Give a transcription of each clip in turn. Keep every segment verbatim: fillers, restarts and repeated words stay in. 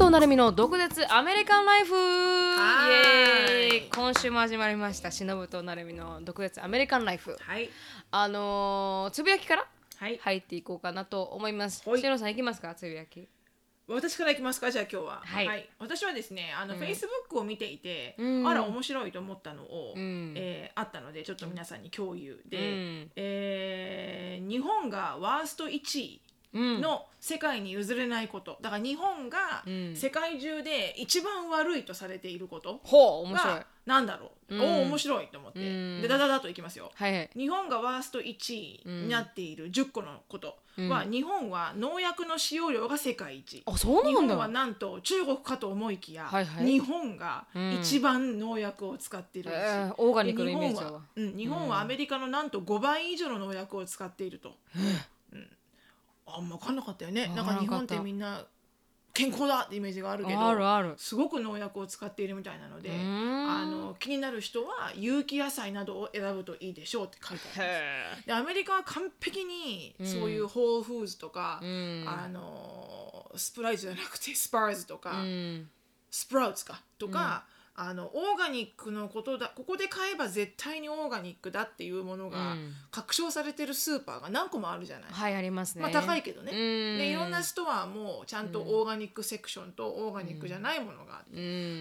となるみの独舌アメリカンライフ。イエーイ。今週も始まりましたしのぶとなるみの独舌アメリカンライフ。 はい。 あのー、つぶやきからはい入っていこうかなと思います。 はい。 しのさんいきますか、つぶやき。 私からいきますか。じゃあ今日は、 はい、 私はですね、あの、 うん、 Facebook を見ていて、 うん、 あら面白いと思ったのを、 うん、 えーあったのでちょっと皆さんに共有で、 うん、 えー日本がワーストいちいの世界に譲れないこと、だから日本が世界中で一番悪いとされていることがなんだろう、うん、おお面白いと思って、うん、でダダダといきますよ、はいはい、日本がワーストいちいになっているじゅっこのことは、うん、日本は農薬の使用量が世界一。 あ、そうなんだ。 日本はなんと中国かと思いきや、はいはい、日本が一番農薬を使っているんです、うんえー、 オーガニックのイメージは、 うん、日本はアメリカのなんとごばい以上の農薬を使っていると、うん、あんま分かんなかったよね。なんか日本ってみんな健康だってイメージがあるけど、 あるある、 すごく農薬を使っているみたいなので、あの気になる人は有機野菜などを選ぶといいでしょうって書いてあります。でアメリカは完璧にそういうホールフーズとか、うん、あのスプライズじゃなくてスパーズとか、うん、スプラウツかとか、うん、あのオーガニックのことだ、ここで買えば絶対にオーガニックだっていうものが確証されてるスーパーが何個もあるじゃない。 はい、ありますね。 まあ高いけどね。でいろんなストアもちゃんとオーガニックセクションとオーガニックじゃないものがあって、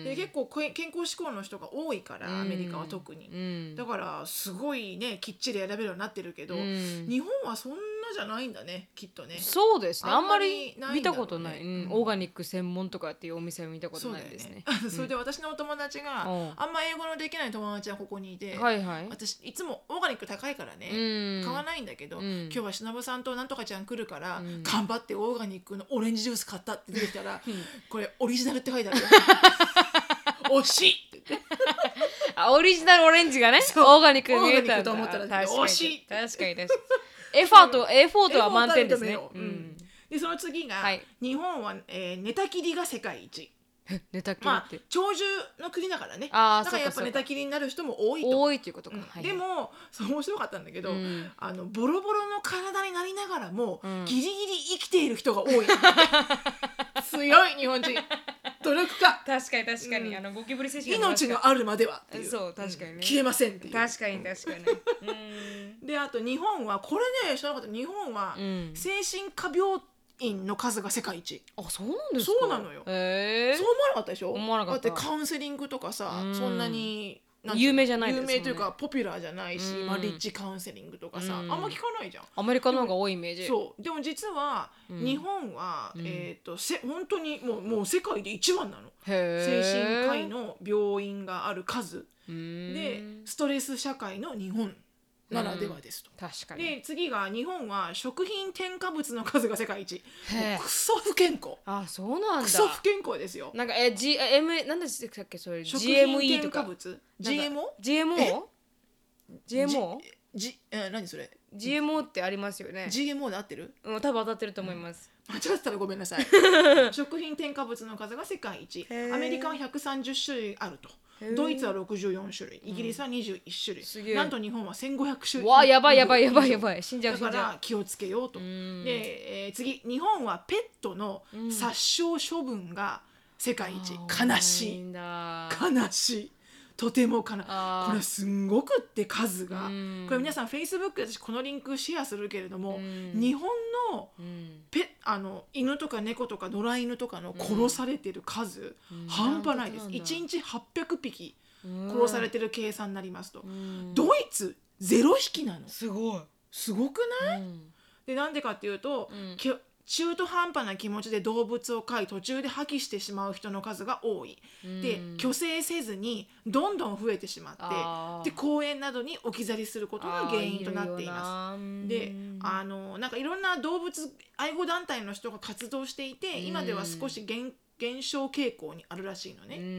で結構健康志向の人が多いから、アメリカは特に、だからすごいねきっちり選べるようになってるけど、日本はそんなじゃないんだね、きっとね。 そうですね、あんまり見たことない、うん、オーガニック専門とかっていうお店を見たことないですね。 それで私のお友達が、うん、あんま英語のできない友達はここにいて、 はいはい、 私いつもオーガニック高いからね、買わないんだけど、うん、今日はしのぶさんとなんとかちゃん来るから、うん、頑張ってオーガニックのオレンジジュース買ったって出てきたら、うん、これオリジナルって書いてあるよ惜しいって言ってあ、オリジナルオレンジがね、オーガニック見えたんだと思ったら惜しい。 確かに確かにエファート、エフォートは満点ですね。 うん、でその次が、はい、日本は、えー、寝たきりが世界一。 寝たきりって、まあ、 長寿の国だからね。あ、だからやっぱ寝たきりになる人も多いと。 多いっていうことか、うん、はい、 でもそう面白かったんだけど、うん、あのボロボロの体になりながらも、うん、ギリギリ生きている人が多い強い日本人努力家。 確かに確かに、うん、あのゴキブリ精神命があるまではっていう、 そう確かにね、 消えませんっていう。 確かに確かにうんであと日本はこれね知らなかった。日本は精神科病院の数が世界一。 あ、そうなんですか。 そうなのよ。へー、そう思わなかったでしょ。 思わなかった。 だってカウンセリングとかさ、そんなに有名じゃないですもんね。有名というかポピュラーじゃないし、まあ、リッチカウンセリングとかさ、あんま聞かないじゃん。 アメリカの方が多いイメージ。 そうでも実は日本は、うん、えっとせ本当にもうもう世界で一番なの。精神科医の病院がある数で、ストレス社会の日本ならではですと、 うん、確かに。 で次が日本は食品添加物の数が世界一。クソ不健康。 あ、そうなんだ。 クソ不健康ですよ。 なんかえ G M 何でしたっけそれ。 食品添加物 ジーエムオー？ ジーエムオー？ ジーエムオー？ G え何それ？ ジーエムオー ってありますよね。 ジーエムオー で合ってる？ うん、多分当たってると思います、 うん、間違ってたらごめんなさい食品添加物の数が世界一。アメリカはひゃくさんじゅっしゅるいあると。ドイツはろくじゅうよんしゅるい、イギリスはにじゅういっしゅるい、うん、なんと日本はせんごひゃくしゅるい。 わあ、やばいやばいやばいやばい、死んじゃう死んじゃう。 だから気をつけようと。で、えー、次日本はペットの殺傷処分が世界一。悲しい悲しい、とてもかな。これすんごくって数が、うん、これ皆さん Facebook で私このリンクシェアするけれども、うん、日本のペあの犬とか猫とか野良犬とかの殺されてる数、うん、半端ないです。いちにちはっぴゃくぴき殺されてる計算になりますと、うん、ドイツゼロひきなの。 すごいすごくない？うん、でなんでかっていうと、うん、中途半端な気持ちで動物を飼い途中で破棄してしまう人の数が多い。で去勢せずにどんどん増えてしまってで公園などに置き去りすることが原因となっています。であのなんかいろんな動物愛護団体の人が活動していて今では少し 減, 減少傾向にあるらしいのね。うん、うん、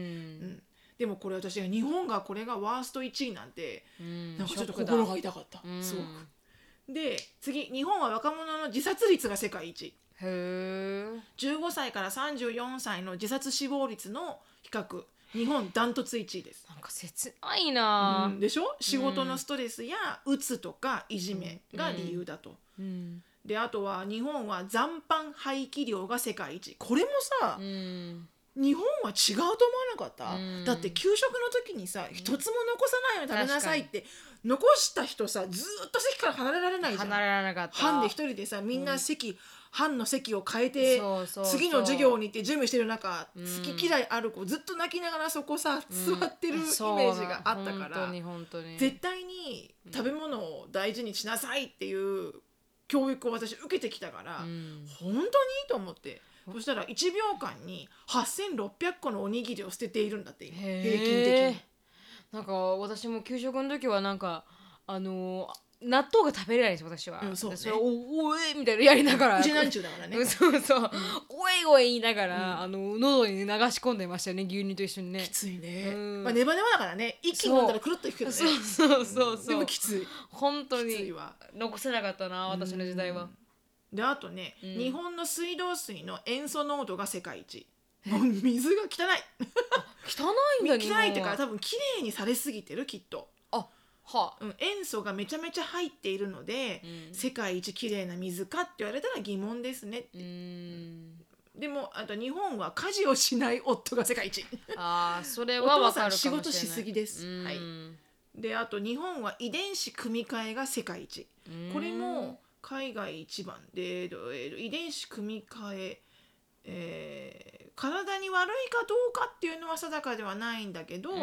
でもこれ私が日本がこれがワーストいちいなんてなんかちょっと心が痛かった。すごく。で次日本は若者の自殺率が世界一。へー。じゅうごさいからさんじゅうよんさいの自殺死亡率の比較日本ダントツいちいです。 なんか切ないな、 うん、でしょ。仕事のストレスやうつとかいじめが理由だと、うんうん、であとは日本は残飯廃棄量が世界一。これもさ、うん、 日本は違うと思わなかった、うん、だって給食の時にさ、一つも残さないように食べなさいって残した人さ、ずっと席から離れられないじゃん。 離れられなかった。 班で一人でさ、みんな席、うん、班の席を変えて、そうそうそう、次の授業に行って準備してる中、うん、好き嫌いある子ずっと泣きながらそこさ、座ってるイメージがあったから、 本当に本当に絶対に食べ物を大事にしなさいっていう教育を私受けてきたから、うん、本当にいいと思って。そしたらいちびょうかんにはっせんろっぴゃっこのおにぎりを捨てているんだって、平均的に。 なんか私も給食の時はなんかあのー納豆が食べれないんです私は、うん、そうね、それおおえみたいなやりながらうちなんちゅうだからねそうそう、うん、おえおえ言いながら、うん、あの喉に流し込んでましたよね、牛乳と一緒にね。 きついね、うん、まあ、ネバネバだからね、一気に飲んだらくるっといくけどね。 そうそうそうそう、 でもきつい、 本当に残せなかったな私の時代は。 であとね、うん、日本の水道水の塩素濃度が世界一。もう水が汚い汚いんだね。汚いってから多分きれいにされすぎてるきっと。 あはあ、 うん、塩素がめちゃめちゃ入っているので、うん、世界一きれいな水かって言われたら疑問ですねって。うーん、でもあと日本は家事をしない夫が世界一。 あそれは分かるかもしれない。 お父さん仕事しすぎです。はい、であと日本は遺伝子組み換えが世界一。これも海外一番で、遺伝子組み換え、えー、体に悪いかどうかっていうのは定かではないんだけど、うん、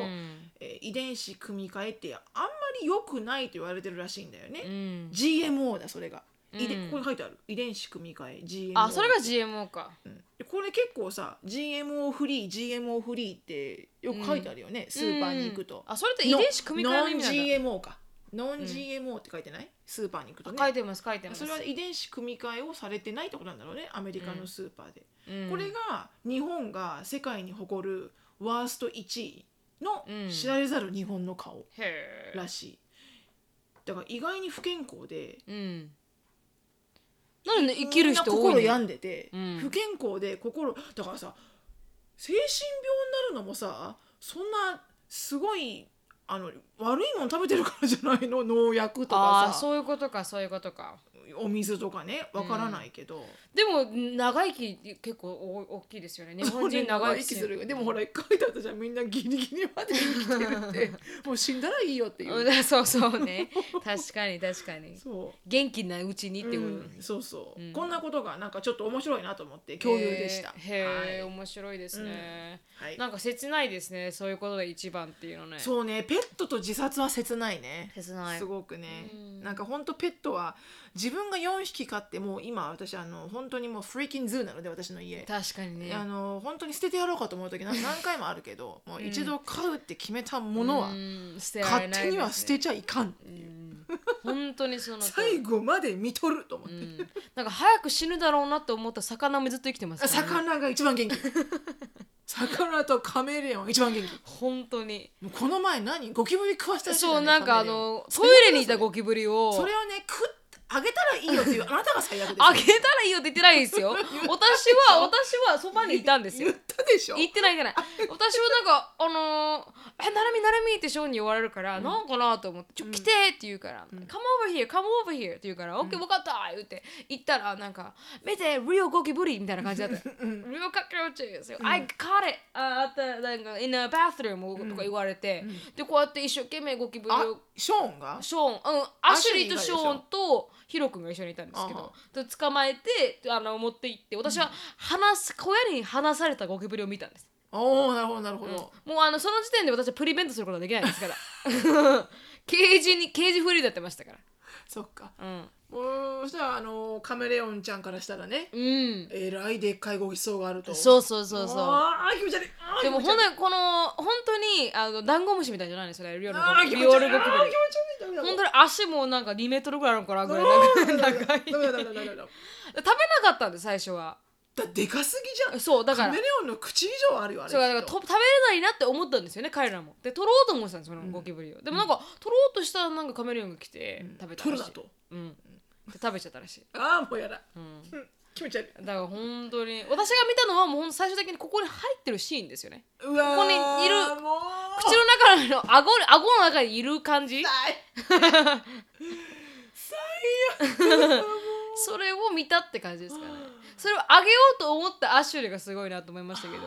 えー、遺伝子組み換えってあんまり良くないと言われてるらしいんだよね、うん、ジーエムオー だそれが、うん、ここに書いてある遺伝子組み換え ジーエムオー。 あそれが ジーエムオー か、 うん、これ結構さ ジーエムオー フリー ジーエムオー フリーってよく書いてあるよね、うん、スーパーに行くと、 あそれって遺伝子組み換えの意味なんだ。 ノン ジーエムオー か、ノン ジーエムオー って書いてない、うん、スーパーに行くとね。 書いてます書いてます。 それは遺伝子組み換えをされてないってことなんだろうね、アメリカのスーパーで、うん、これが日本が世界に誇るワーストいちいの知られざる日本の顔らしい、うん、だから意外に不健康で、うん、 なんで生きる人多い、ね、 心病んでて、うん、不健康で心だからさ、精神病になるのもさ、そんなすごいあの悪いもの食べてるからじゃないの、農薬とかさ。 あそういうことかそういうことか、 お水とかね、わからないけど、うん、 でも長生き結構大きいですよね、日本人長生きする。 でもほら書いてあったじゃん、みんなギリギリまで生きてるってもう死んだらいいよっていう、 そうそうね確かに確かに、そう元気なうちにってこと、うん、 そうそう、うん、こんなことがなんかちょっと面白いなと思って共有でした。 へえ、はい、面白いですね、うん、はい、なんか切ないですね、そういうことで一番っていうのね。 そうね、ペットと自殺は切ないね、 切ないすごくね、うん、なんかほんとペットは自分がよんひき飼って、もう今私あの本当にもうフリーキンズーなので、私の家確かにね、 あの本当に捨ててやろうかと思う時何回もあるけどもう一度飼うって決めたものは、うん、勝手には捨てちゃいかんっていう、うん、 本当にその最後まで見とると思って、うん、 なんか早く死ぬだろうなと思った魚もずっと生きてますから、ね、 魚が一番元気魚とカメレオン一番元気、 本当に。 この前何ゴキブリ食わしたらしい、ね、 そうなんかあのトイレにいたゴキブリをそれをね食ってあげたらいいよっていうあなたが最悪です、ね、 あげたらいいよって言ってないですよ私は私はそばにいたんですよ。 言ったでしょ。 言ってないじゃない私はなんかあのー、えなるみなるみってショーに言われるから、うん、なんかなと思ってちょ来てって言うから、うん、come over here come over here って言うから、うん、OK 分かった言って言ったらなんか見て real ゴキブリみたいな感じだった real cockroaches、うん、I caught it、uh, at the, なんか in a bathroom とか言われて、うん、でこうやって一生懸命ゴキブリをショーンがショーン、うん、アシュリーとショーンとヒロ君が一緒にいたんですけど、捕まえてあの持って行って私は離す小屋に離されたゴキブリを見たんです。 おーなるほどなるほど、 うん、もうあのその時点で私はプリベントすることはできないですからケージにケージフリーだってましたから。 そっか、うん、もうそしたらあのカメレオンちゃんからしたらね、うん、えらいでっかいごちそうがあると。 そうそうそうそう。 あー気持ち悪い。 でもほんとにこの本当にあのダンゴムシみたいじゃないのそれリオルゴキブリ。リオルゴキブリ。本当に足もなんかにメートルぐらいあるのかなぐらい長い。食べなかったんで最初は。 だでかすぎじゃん。 そうだからカメレオンの口以上あるよあれ。 そうだからと食べれないなって思ったんですよね彼らも。で取ろうと思ってたんですそのゴキブリを、うん、でもなんか取ろうとしたらなんかカメレオンが来て、うん、食べたらしい。 取るなと、 うん、で食べちゃったらしい。 ああもうやだ、うん、気持ち悪い。 だから本当に私が見たのはもう最終的にここに入ってるシーンですよね。 うわここにいる口の中の顎顎の中にいる感じ最悪それを見たって感じですかね。それをあげようと思ったアッシュリーがすごいなと思いましたけど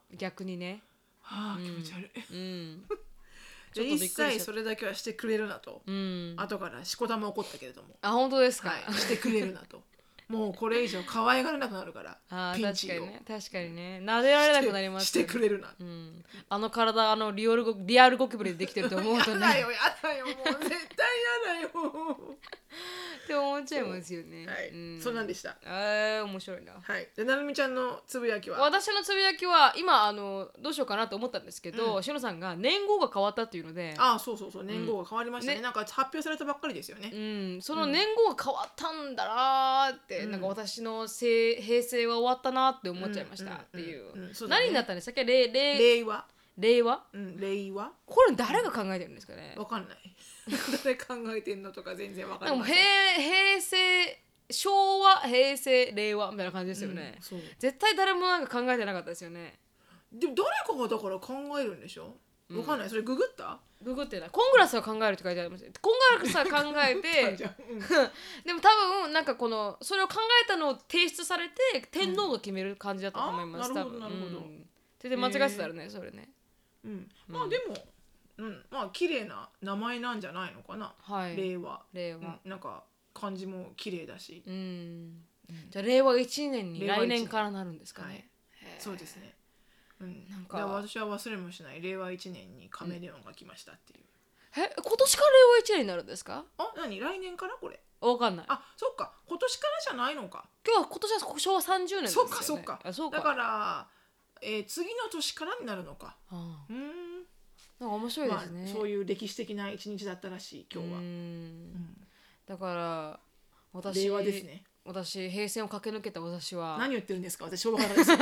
逆にね。 はあ、気持ち悪い。 うん。 ちょっと一切それだけはしてくれるなと、 うん、 後からしこたま怒ったけれども、 あ、本当ですか、 はい、してくれるなともうこれ以上可愛がれなくなるからあピンチを確かにね、確かにね、撫でられなくなりますして、してくれるな、 うん、あの体、あのリアルゴリアルゴキブリでできてると思うとねやだよやだよもう絶対やだよって思っちゃいますよね。 はい、 うん、 そんなんでした。 えー、面白いな。 はい。でなるみちゃんのつぶやきは、 私のつぶやきは今あのどうしようかなと思ったんですけど、うん、しのさんが年号が変わったっていうので、 ああそうそうそう、年号が変わりましたね、うん、なんか発表されたばっかりですよね。 うん、その年号が変わったんだなーって、うん、なんか私のせ平成は終わったなって思っちゃいましたっていう。何になったんでしたっけ？令令和。 令和？ うん、令和。 これ誰が考えてるんですかね？ わかんない。誰考えてんのとか全然わかんない。 なんか平平成昭和平成令和みたいな感じですよね、うん、絶対誰もなんか考えてなかったですよね。 でも誰かがだから考えるんでしょ。わかんない、うん、それググった？ ググってない。コングラスは考えるって書いてあります。コングラスは考えて、うん、でも多分なんかこのそれを考えたのを提出されて天皇が決める感じだったと思います。うん、 なるほどなるほど。 うん、全然間違えてたらね、それね。 うん、まあでも、うん、まあ綺麗な名前なんじゃないのかな。はい、令和。令和、うん、なんか漢字も綺麗だし。うん。うん、 じゃあ令和いちねんに来年からなるんですかね。はい、 そうですね。うん、なんか私は忘れもしない令和いちねんにカメレオンが来ましたっていう、 うん、え今年から令和いちねんになるんですか？ あ、何来年からこれわかんない。 あ、そっか今年からじゃないのか。 今日は今年は昭和さんじゅうねんですよね。 そっかそっか。そうかだから、えー、次の年からになるのか。はあ、うん、 なんか面白いですね、 まあ、そういう歴史的な一日だったらしい今日は。うん、うん、 だから私令和ですね。 私平成を駆け抜けた私は何言ってるんですか私昭和からです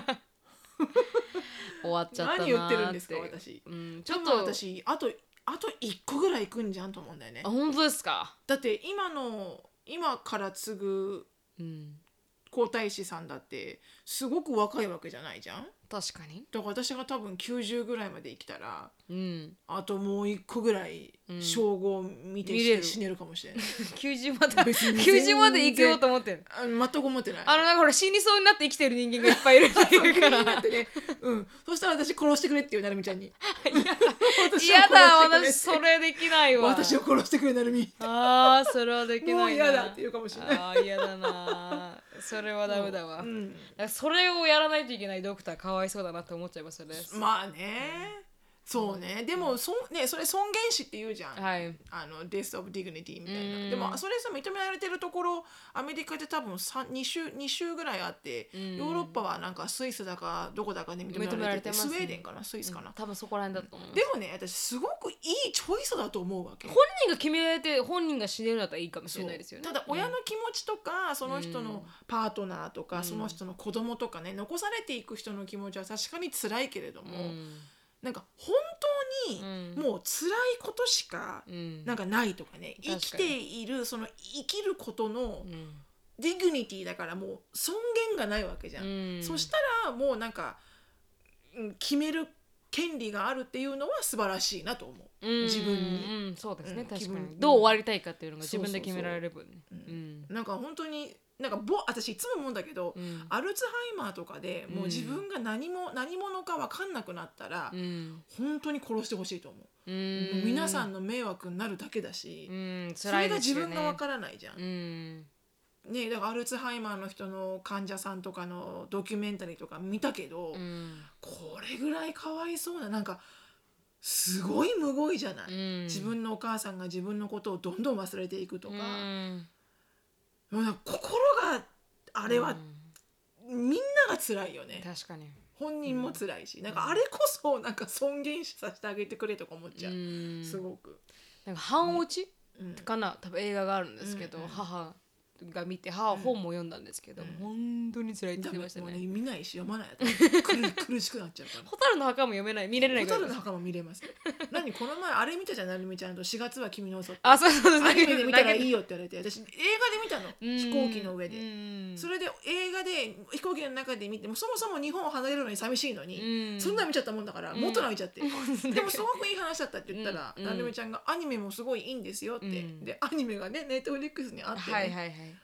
終わっちゃったなーって。 何言ってるんですか私、うん、ちょっと私あとあといっこぐらいいくんじゃんと思うんだよね。 あ、本当ですか？ だって今の今から継ぐ皇太子さんだってすごく若いわけじゃないじゃん。 確かに。 だから私が多分きゅうじゅうぐらいまで生きたら、うん、あともういっこぐらい称号を見て、うん、死ねるかもしれないきゅうじゅうまできゅうじゅうまで生きようと思ってる。 あ全く思ってない。 あのなんかほら死にそうになって生きてる人間がいっぱいいるっていうからなって、ね、 うん、そしたら私殺してくれっていうなるみちゃんに嫌だ私それできないわ。 私を殺してくれなるみ。 あーそれはできないな。 もう嫌だって言うかもしれない。 あー嫌だなそれはダメだわ、うん、だそれをやらないといけないドクターかわいそうだなって思っちゃいますよね。 まあね、そうね、でもそ、ね、それ尊厳死って言うじゃん、はい、あの Death of Dignity みたいな。でもそれさ認められてるところアメリカで多分に週、に週ぐらいあって、ヨーロッパはなんかスイスだかどこだかで認められてて、スウェーデンかなスイスかな、うん、 多分そこら辺だと思う。 でもね私すごくいいチョイスだと思うわけ。 本人が決められて本人が死ねるんだったらいいかもしれないですよね。 ただ親の気持ちとか、うん、その人のパートナーとか、うん、その人の子供とかね残されていく人の気持ちは確かに辛いけれども、うんなんか本当にもう辛いことしかなんかないとかね、うん、生きているその生きることのディグニティだからもう尊厳がないわけじゃん、うん、そしたらもうなんか決める権利があるっていうのは素晴らしいなと思う、うん、自分に、うん、 そうですね、うん、確かにどう終わりたいかっていうのが自分で決められればね。 なんか本当になんかぼ私いつも思うんだけど、うん、アルツハイマーとかでもう自分が何も、うん、何者か分かんなくなったら、うん、本当に殺してほしいと思う、うん、皆さんの迷惑になるだけだし、うん、それが自分が分からないじゃん、うんね、だからアルツハイマーの人の患者さんとかのドキュメンタリーとか見たけど、うん、これぐらいかわいそうななんかすごいむごいじゃない、うん、自分のお母さんが自分のことをどんどん忘れていくとか、うん心があれは、うん、みんなが辛いよね。 確かに本人も辛いし、うん、なんかあれこそなんか尊厳死させてあげてくれとか思っちゃう、うん、すごくなんか半落ち、ね、かな、多分映画があるんですけど、うんうん、母が見て母は本も読んだんですけど、うん、本当に辛いって言ってましたね。 ね見ないし読まないと苦, 苦しくなっちゃうから蛍の墓も読めない見れないから蛍の墓も見れます何この前あれ見たじゃんなるみちゃんとしがつは君の嘘ってあそうそうそうアニメで見たらいいよって言われて私映画で見たの飛行機の上でそれで映画で飛行機の中で見てもそもそも日本を離れるのに寂しいのにそんな見ちゃったもんだから元の見ちゃってでもすごくいい話だったって言ったらなるみちゃんがアニメもすごいいいんですよってでアニメがねネットフリックスにあってね、はいはいはい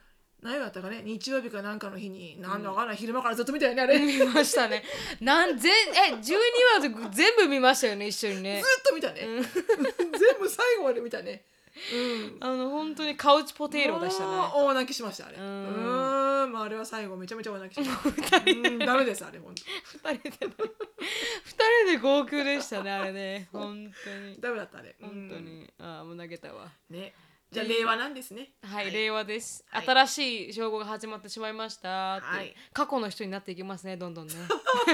何だったかね、日曜日かなんかの日に、なんだかわかんない、昼間からずっと見たよねあれ。 見ましたね。なん全えじゅうにわで全部見ましたよね一緒にね。 ずっと見たね。全部最後まで見たね。うん、 あの本当にカウチポテーロでしたね。 大泣きしましたあれ。うーん、まああれは最後めちゃめちゃ大泣きしました。うん、ダメですあれ本当。 二人で二人で号泣でしたねあれね。本当にダメだったあれ。 本当に、ああもう投げたわね。じゃあ令和なんですね。 はい、はい、令和です、 はい、 新しい称号が始まってしまいましたって、はい、過去の人になっていきますねどんどんね。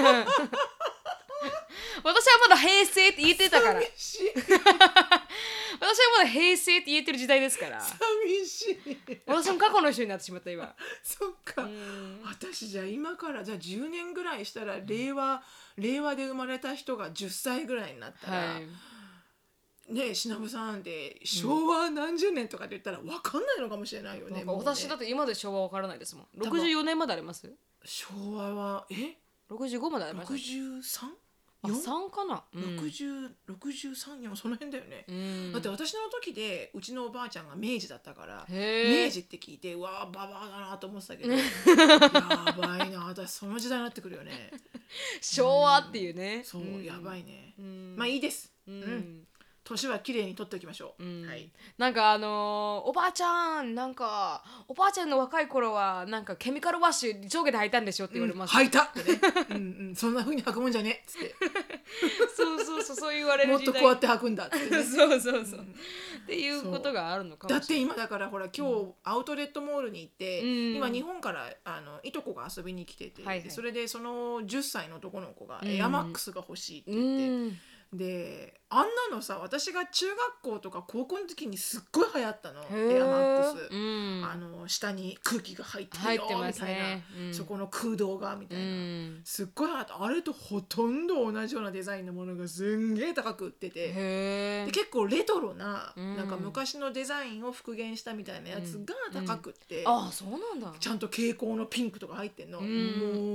私はまだ平成って言ってたから。私はまだ平成って言ってる時代ですから。 寂しい。 私も過去の人になってしまった今。 そっか。私じゃあ今からじゃあじゅうねんぐらいしたら令和令和で生まれた人がじゅっさいぐらいになったら、はい、ねえしのぶさんで昭和何十年とかって言ったら分かんないのかもしれないよね。 なんか私だって今で昭和分からないですもん。ろくじゅうよねんまであります？ 昭和はえろくじゅうごまであります。 ろくじゅうさん？ あ、さんかな、 うん、ろくじゅう、ろくじゅうさん、よんその辺だよね、うん、だって私の時でうちのおばあちゃんが明治だったから明治って聞いてうわーババアだなと思ってたけどやばいな私その時代になってくるよね。 昭和っていうね、 うん、そう、 うん、 やばいね、 うん、 まあいいです、 うんうん、年は綺麗に取っておきましょう、 うん、 はい、 なんかあのー、おばあちゃんなんかおばあちゃんの若い頃はなんかケミカルワッシュ上下で履いたんでしょって言われます、 うん、履いたってねうん、うん、そんな風に履くもんじゃねっつってそうそうそうそう言われる時代もっとこうやって履くんだって、ね、 そうそうそう、うん、っていうことがあるのかもしれない。 だって今だからほら今日アウトレットモールに行って、うん、今日本からあのいとこが遊びに来てて、はいはい、それでそのじゅっさいの男の子が、うん、エアマックスが欲しいって言って、うんであんなのさ私が中学校とか高校の時にすっごい流行ったのエアマックス、うん、あの下に空気が入ってるよみたいな、ねうん、そこの空洞がみたいな、うん、すっごい流行ったあれとほとんど同じようなデザインのものがすんげえ高く売っててで結構レトロな、うん、なんか昔のデザインを復元したみたいなやつが高くって、 うんうん、あそうなんだちゃんと蛍光のピンクとか入ってんの、うん、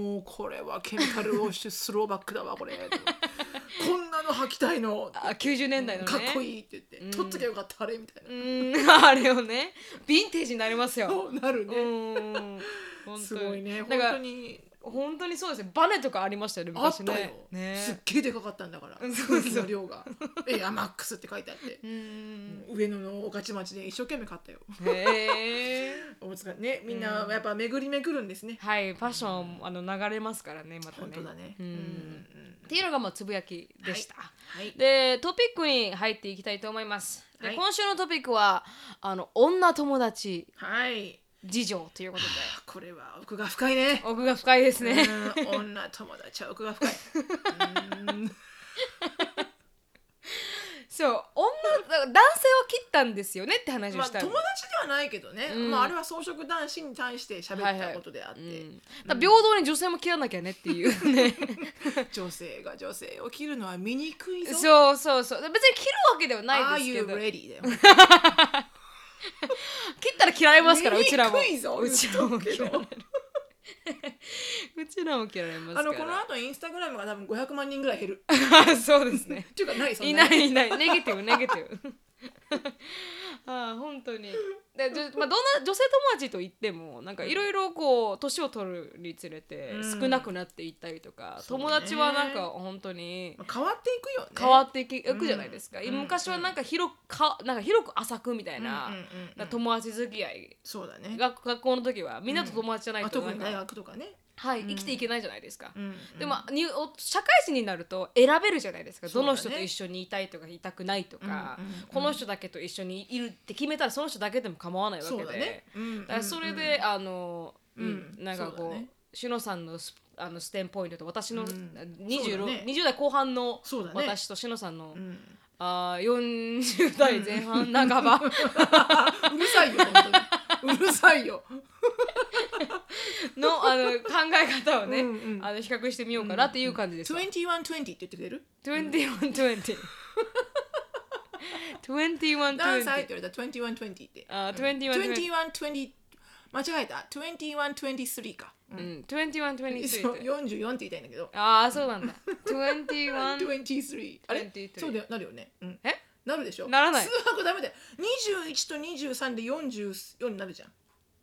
もうこれはケミカルウォッシュスローバックだわこれこんなの履きたいのあきゅうじゅうねんだいのねかっこいいって言って、うん、取っときゃよかったあれみたいなうんあれをねヴィンテージになりますよ。 そうなるねうんすごいね本当に本当にそうですねバネとかありましたよね昔ね。 あったよ、ね、すっげえでかかったんだから空気の量がエアマックスって書いてあってうん上野の御徒町で一生懸命買ったよへえねみんなやっぱ巡り巡るんですね。 はいファッションあの流れますからねまたね。 本当だね、うんうんっていうのがまあつぶやきでした、 はいはい、 でトピックに入っていきたいと思います。で、はい、今週のトピックはあの女友達事情ということで、はあ、これは奥が深いね。 奥が深いですね女友達は奥が深いうんそう女男性を切ったんですよねって話をした、 まあ、友達ではないけどね、うんまあ、あれは草食男子に対して喋ったことであって、はいはいうん、 だ平等に女性も切らなきゃねっていうね女性が女性を切るのは醜いぞ。 そうそうそう別に切るわけではないですけど Are you ready? だよ切ったら切られますからうちらも醜いぞうちらも切られるうちらも切られますから。 あのこの後インスタグラムが多分ごひゃくまんにんぐらい減るそうですねっていうかないそんなにいないいないネゲティブネゲティブああ本当にで、まあ、どんな女性友達といってもなんかいろいろこう年を取るにつれて少なくなっていったりとか、うん、友達はなんか本当に変わっていくよね。 変わっていくじゃないですか、うん、昔はなんか広くかなんか広く浅くみたいな、うんうんうんうん、友達付き合いそうだね学学校の時はみんなと友達じゃないと、 うん、特に大学とかねはい、うん、生きていけないじゃないですか、 うんうん、 でもに社会人になると選べるじゃないですか、ね、どの人と一緒にいたいとかいたくないとか、うんうんうん、この人だけと一緒にいるって決めたらその人だけでも構わないわけで、そうだね、うんうんうん、だからそれであの、うん、なんかこう、ね、しのさんのス、あのステンポイントと私の 20,、ね、にじゅう代後半の私としのさんの、うん、あよんじゅう代前半半ばうるさいよ本当にうるさいよの, あの考え方をね、うんうん、あの比較してみようかなっていう感じです。 にじゅういち、にじゅうって言ってくれる？ にじゅういち、にじゅう。にじゅういち、にじゅう。 何歳って言われたらにじゅういち、にじゅうって。 あ、にじゅういち、にじゅう。 にじゅういち、にじゅう間違えた。にじゅういち、にじゅうさんか。 うん。にじゅういち、にじゅうさん。 よんじゅうよんって言いたいんだけど。 ああ、そうなんだ。にじゅういち、にじゅうさん。 あれ？そうだよ、なるよね。うん、 え？ なるでしょ？ ならない。 数学ダメだよ。にじゅういちとにじゅうさんでよんじゅうよんになるじゃん。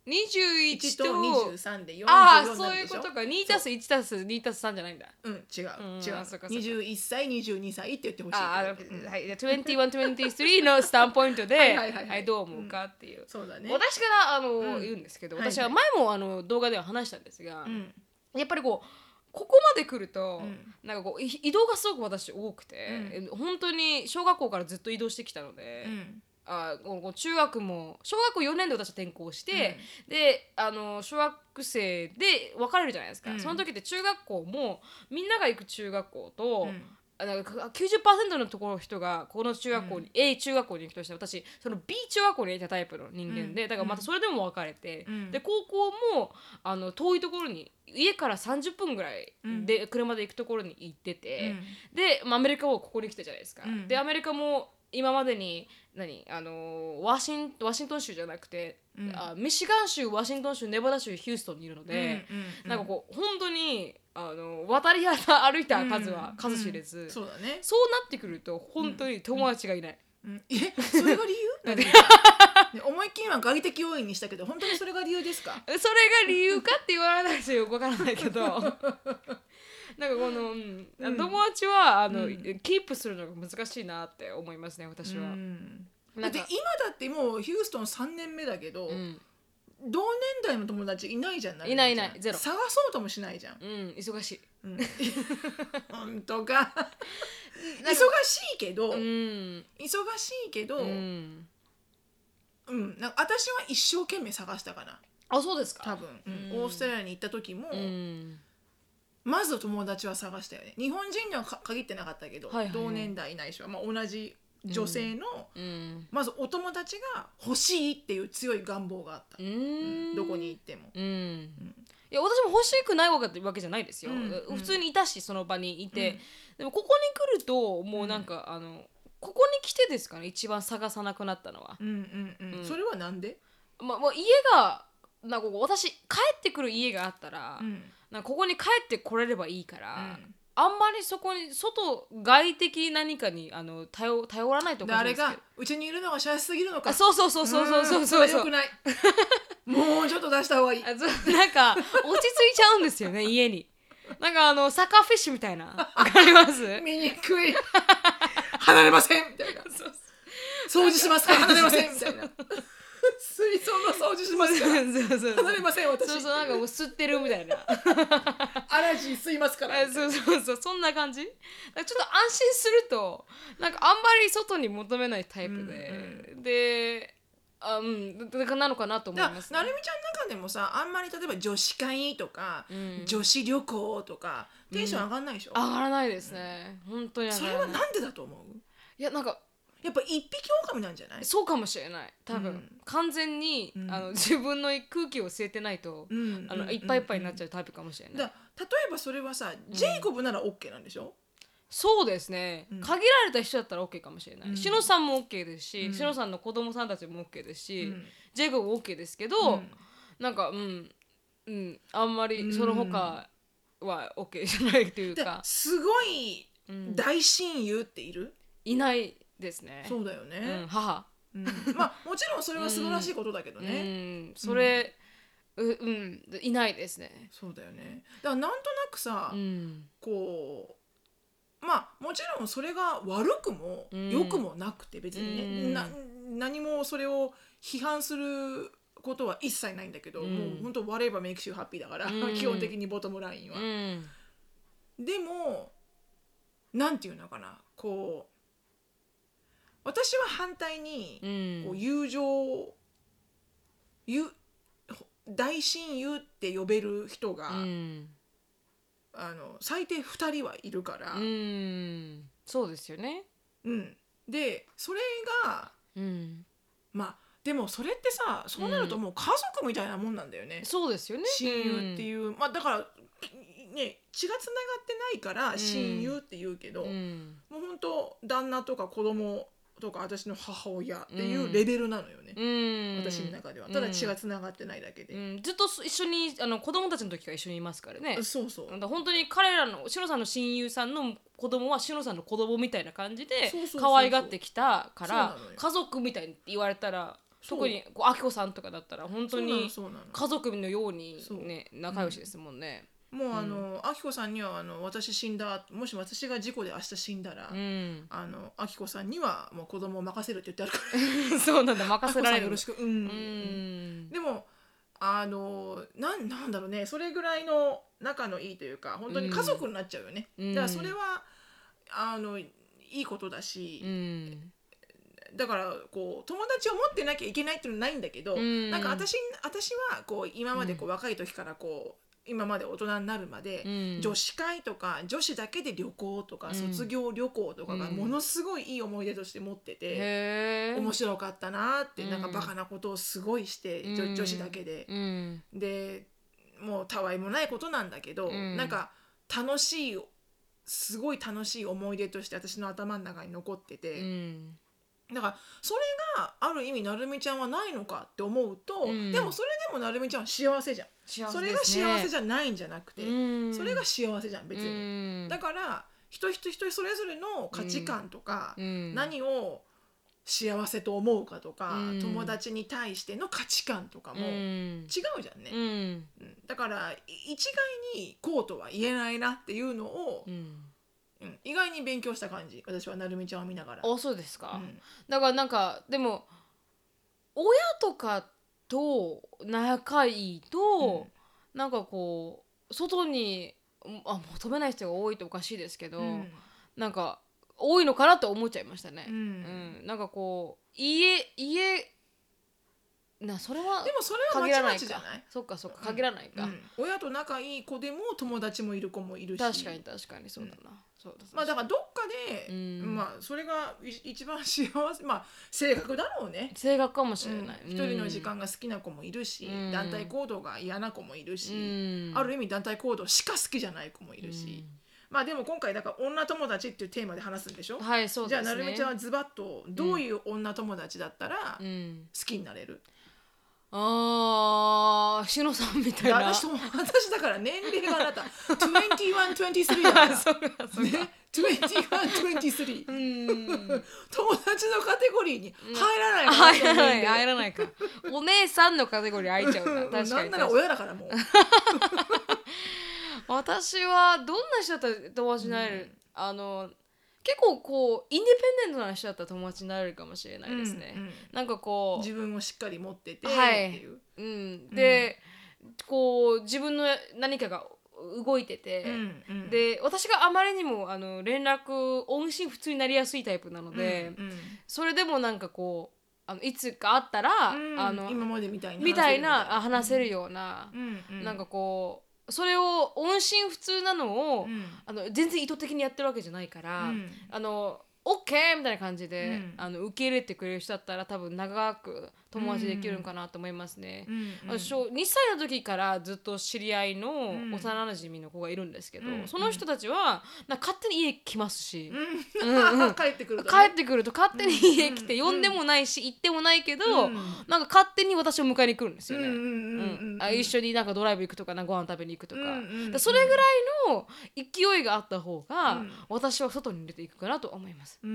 にじゅういちといちとにじゅうさんでよんじゅうああよんになるでしょ。 そういうことか。にたすいちたすにたすさんじゃないんだ。 うん違ううん違うあそうかそうかにじゅういっさいにじゅうにさいって言ってほしいああ、 けどうんはい、にじゅういち、にじゅうさんのスタンポイントで、 はいはいはいはいはい、どう思うかっていう。 そうだね。 私からあの、 うん言うんですけど、 はいはい私は前もあの動画では話したんですが、 うんやっぱりこうここまで来ると、 うんなんかこうい移動がすごく私多くて、え本当に小学校からずっと移動してきたので、 うんあこう中学も小学校よねんで私は転校して、であの小学生で別れるじゃないですか、 うんその時って中学校もみんなが行く中学校と、 うんあなんかきゅうじゅっパーセントのところの人がこの中学校に、A 中学校に行くとして私その B 中学校にいたタイプの人間で、 うんだからまたそれでも別れて、 うんで高校もあの遠いところに家からさんじゅっぷんぐらいで、車で行くところに行ってて、で、まあ、アメリカをここに来たじゃないですか、 うんでアメリカも今までに何あのワシンワシントン州じゃなくて、 うんあミシガン州ワシントン州ネバダ州ヒューストンにいるので、 うんうんうんなんかこう本当にあの渡り歩いた数はうん数知れず、 うんそうだね。 そうなってくると本当に友達がいない、 うんえそれが理由？ね思いっきりは外的要因にしたけど本当にそれが理由ですか？ それが理由かって言われないとよくわからないけどなんかこの、うんうん、 友達はあの、 うん、 キープするのが難しいなって思いますね私は、 うん、だなんかって今だってもうヒューストンさんねんめだけど、 うん同年代の友達いないじゃない。 いないいないゼロ探そうともしないじゃん、 うん忙しい、 うん、本当か忙しいけど、 うん、 忙しいけど、 ううんん、 なんか私は一生懸命探したかなあそうですか多分、うんうんオーストラリアに行った時も、 うんまず友達は探したよね。日本人にはか限ってなかったけど、 はいはいはい同年代ないしは、まあ、同じ女性の、 うんまずお友達が欲しいっていう強い願望があった、 ううんんどこに行っても、 うんいや私も欲しくないわけわけじゃないですよ、 うん普通にいたしその場にいて、 うんでもここに来るともうなんか、あのここに来てですかね一番探さなくなったのは、 うんうんうんうんそれはなんで？ まま家がなんかこう私帰ってくる家があったら、 うんなんかここに帰ってこれればいいから、 うんあんまりそこに外外的何かにあの頼頼らないとか誰がうちにいるのがシャイすぎるのか。 あそうそうそうそうそうそうそううんそれは良くないもうちょっと出した方がいい。 あそうなんか落ち着いちゃうんですよね家になんかあのサッカーフィッシュみたいなわかります見にくい離れませんみたいな掃除しますから離れませんみたいな水槽の掃除しますからそうそう離れません私そうそうなんかもう吸ってるみたいなアラジー吸いますからあそうそうそうそんな感じだからちょっと安心するとなんかあんまり外に求めないタイプで、 うんであうんだからなのかなと思いだかます、 らなるみちゃんの中でもさあんまり例えば女子会とか、 うん女子旅行とかテンション上がんないでしょ、 上がらないですね、うん、本当に上そがらないれはなんでだと思う？ いやなんかやっぱ一匹狼なんじゃない？ そうかもしれない多分、 うん完全に、 うんあの自分の空気を吸えてないと、 うんあのうんいっぱいいっぱいになっちゃうタイプかもしれない、 だ例えばそれはさ、ジェイコブなら OK なんでしょ？ そうですね、 うん限られた人だったら OK かもしれない、 うんしのさんも OK ですし、 うんしのさんの子供さんたちも OK ですし、 うんジェイコブも OK ですけど、 うんなんかうんうんあんまりその他は OK じゃないというか、 すごいうん大親友っている？ いないですね。 そうだようん、 ね、 母、 うんまあもちろんそれは素晴らしいことだけどうね、 ん、それ、ううんいないですね。 そうだよね。だからなんとなくさ、 うんこうまあもちろんそれが悪くもうん良くもなくて別にね、 うんな何もそれを批判することは一切ないんだけど、 うんもう本当 whatever makes you happy だから、 うん基本的にボトムラインは、 うんでもなんていうのかなこう私は反対に、 うんこう友情ゆ大親友って呼べる人が、 うんあの最低ふたりはいるから、 うんそうですよね。 うん、でそれがうんまあでもそれってさそうなるともう家族みたいなもんなんだよね、 そうですよね。 親友っていう、まあだからね血がつながってないから親友って言うけど、 うんもう本当旦那とか子供とか私の母親っていうレベルなのよね、 うん私の中ではただ血がつながってないだけで、 うん、ずっと一緒にあの子供たちの時から一緒にいますからね。 そうそうだから本当に彼らのしのさんの親友さんの子供はしのさんの子供みたいな感じでそうそうそうそう可愛がってきたからそうなのよ家族みたいに言われたら特にこうあきこさんとかだったら本当にそうなのそうなの家族のようにね仲良しですもんね。 もうあの、あきこさんにはあの私死んだもし私が事故で明日死んだら、 うん、 あのあきこさんにはもう子供を任せるって言ってあるからそうなんだ、任せられる。 よろしく、うん、うん、でもあのな ん, なんだろうね、それぐらいの仲のいいというか本当に家族になっちゃうよね、うん、だからそれはあのいいことだし、うん、だからこう友達を持ってなきゃいけないっていうのはないんだけど、うん、なんか 私, 私はこう今までこう若い時からこう今まで大人になるまで、うん、女子会とか女子だけで旅行とか、うん、卒業旅行とかがものすごいいい思い出として持ってて、うん、面白かったなって、うん、なんかバカなことをすごいして、うん、女子だけで、うん、でもうたわいもないことなんだけど、うん、なんか楽しいすごい楽しい思い出として私の頭の中に残ってて、うん、だからそれがある意味なるみちゃんはないのかって思うと、うん、でもそれでもなるみちゃんは幸せじゃん。幸せですね。それが幸せじゃないんじゃなくて、うん、それが幸せじゃん別に、うん、だから人人人それぞれの価値観とか、うん、何を幸せと思うかとか、うん、友達に対しての価値観とかも違うじゃんね、うんうん、だから一概にこうとは言えないなっていうのを、うんうん、意外に勉強した感じ、私はなるみちゃんを見ながら。 あ、そうですか、うん、だからなんかでも親とかと仲いいと、うん、なんかこう外にあ求めない人が多いっておかしいですけど、うん、なんか多いのかなって思っちゃいましたね、うんうん、なんかこう家家なそれはでもそれはまちまちじゃない？ そっかそっか限らないか、うんうん、 親と仲いい子でも友達もいる子もいるし、 確かに確かにそうだな、うん、そうだまあだからどっかで、うん、まあそれが一番幸せ、まあ性格だろうね、 性格かもしれない、 うん、一人の時間が好きな子もいるし、うん、団体行動が嫌な子もいるし、うん、ある意味団体行動しか好きじゃない子もいるし、うん、まあでも今回だから女友達っていうテーマで話すんでしょ。 はい、そうですね。 じゃあなるみちゃんはズバッとどういう女友達だったら好きになれる？ うん、あー、しのさんみたいな。 私も私だから年齢があなたにじゅういち、にじゅうさんだからそうかそうか、 ね、にじゅういち、にじゅうさんうん友達のカテゴリーに入らない、うん、 入らない入らないかお姉さんのカテゴリー入っちゃうんだ確かに。 なんなら親だからもう私はどんな人だったら友達になれる、うん、あの結構こうインディペンデントな人だったら友達になれるかもしれないですね、うんうん、なんかこう自分をしっかり持ってて、 はい、っていう、うん、で、うん、こう自分の何かが動いてて、うんうん、で私があまりにもあの連絡音信不通になりやすいタイプなので、うんうん、それでもなんかこうあのいつかあったら、うん、あの今までみたいなみたいな話せるような、うんうん、なんかこうそれを音信不通なのを、うん、あの全然意図的にやってるわけじゃないから、うん、あのオッケーみたいな感じで、うん、あの受け入れてくれる人だったら多分長く友達できるのかなと思いますね、うんうん、私にさいの時からずっと知り合いの幼なじみの子がいるんですけど、うん、その人たちはなんか勝手に家来ますし、 うんうんうん、帰ってくると、 ね、帰ってくると勝手に家来て、うん、呼んでもないし行ってもないけど、うん、なんか勝手に私を迎えに来るんですよね、うんうんうん、あ一緒になんかドライブ行くとかなんかご飯食べに行くとか、うんうんうん、だそれぐらいの勢いがあった方が、うん、私は外に出ていくかなと思います。うん、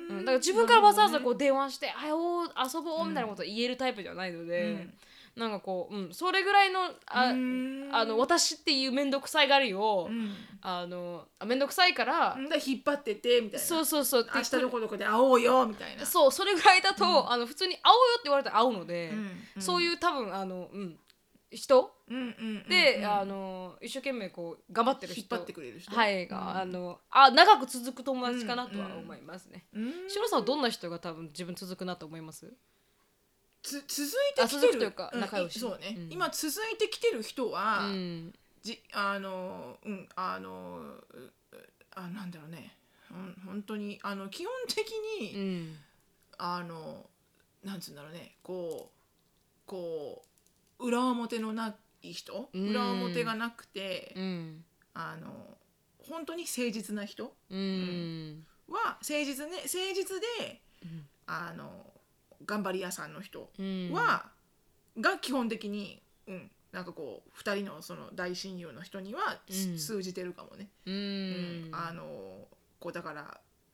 だから自分からわざわざこう電話して「あよ遊ぼう」みたいなことを言えるタイプではないので、うん、なんかこう、うん、それぐらいの あ, あの私っていう面倒くさいがりを、うん、あの面倒くさいからだ引っ張っててみたいな、 そうそうそう明日どこどこで会おうよみたいな、 そうそれぐらいだと、うん、あの普通に会おうよって言われたら会うので、うんうん、そういう多分あの、うん、人、うんうんうんうん、であの一生懸命こう頑張ってる人、 引っ張ってくれる人、 はい、うん、あのあ長く続く友達かなとは思いますね。うんうん、しろさんはどんな人が多分自分続くなと思います？ つ続いてきてるというか仲良し、 うん、そうね、うん、今続いてきてる人は、うん、じあのうんあのあなんだろうね、うん、本当にあの基本的に、うん、あのなんつうんだろうね、こうこう裏表のない人、うん、裏表がなくて、うん、あの本当に誠実な人、うんうん、は誠実ね誠実で、うん、あの頑張り屋さんの人は、うん、が基本的に、うん、なんかこうふたりのその大親友の人には、うん、通じてるかもね、うんうん、あのこうだから誠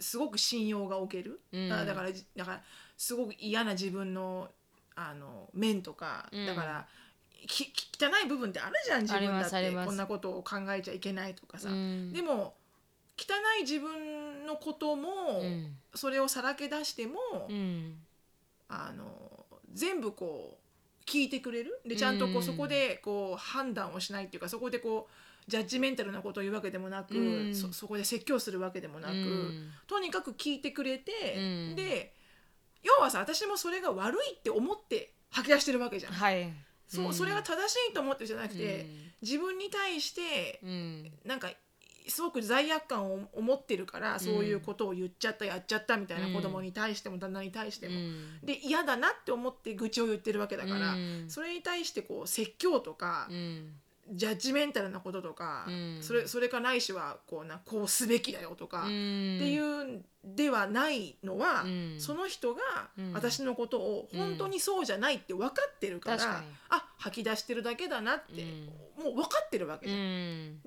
すごく信用が置ける、 うん、 だからだからすごく嫌な自分のあの面とか、 うん、 だからき汚い部分ってあるじゃん、自分だってこんなことを考えちゃいけないとかさ、うん、でも汚い自分のことも、うん、それをさらけ出しても、うん、あの全部こう聞いてくれるで、ちゃんとこう、うん、そこでこう判断をしないっていうか、そこでこうジャッジメンタルなことを言うわけでもなく、うん、そ, そこで説教するわけでもなく、うん、とにかく聞いてくれて、うん、で要はさ、私もそれが悪いって思って吐き出してるわけじゃん、はい、そう、うん、それが正しいと思ってるじゃなくて、うん、自分に対して、うん、なんかすごく罪悪感を思ってるから、そういうことを言っちゃったやっちゃったみたいな、子供に対しても旦那に対しても、うん、で嫌だなって思って愚痴を言ってるわけだから、うん、それに対してこう説教とか、うん、ジャッジメンタルなこととか、うん、それ、それかないしはこうな、こうすべきだよとか、うん、っていうんではないのは、うん、その人が私のことを本当にそうじゃないって分かってるから、うん、あ、吐き出してるだけだなって、うん、もう分かってるわけじゃん、うん、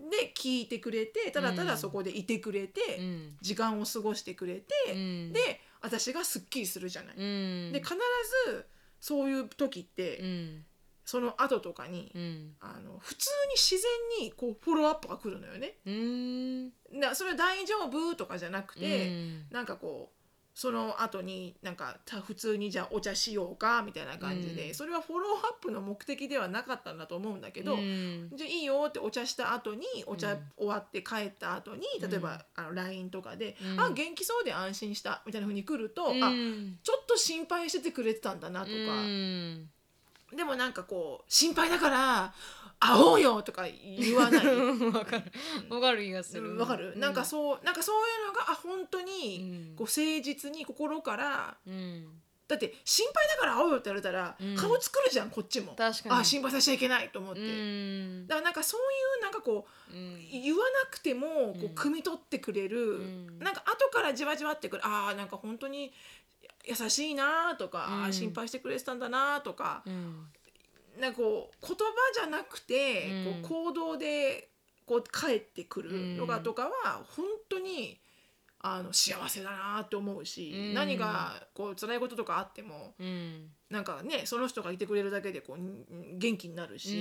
で聞いてくれて、ただただそこでいてくれて、うん、時間を過ごしてくれて、うん、で私がすっきりするじゃない、うん、で必ずそういう時って、うん、その後とかに、うん、あの普通に自然にこうフォローアップが来るのよね、うん、だそれは大丈夫とかじゃなくて、うん、なんかこうその後になんか普通にじゃあお茶しようかみたいな感じで、うん、それはフォローアップの目的ではなかったんだと思うんだけど、うん、じゃあいいよってお茶した後にお茶終わって帰った後に、うん、例えばあの ライン とかで、うん、あ元気そうで安心したみたいな風に来ると、うん、あちょっと心配しててくれてたんだなとか、うんでもなんかこう心配だから会おうよとか言わないわかるわかる気がするわかる、うん、なんかそうなんかそういうのがあ本当にこう誠実に心から、うん、だって心配だから会おうよって言われたら、うん、顔作るじゃんこっちも、確かにあ心配させちゃいけないと思って、うん、だからなんかそういうなんかこう、うん、言わなくてもこう汲み取ってくれる、うん、なんか後からじわじわってくるあーなんか本当に優しいなとか、うん、心配してくれてたんだなとか、うん、なんかこう言葉じゃなくて、うん、こう行動でこう返ってくるのがとかは本当にあの幸せだなって思うし、うん、何がこう辛いこととかあっても、うん、なんかねその人がいてくれるだけでこう元気になるし、うん、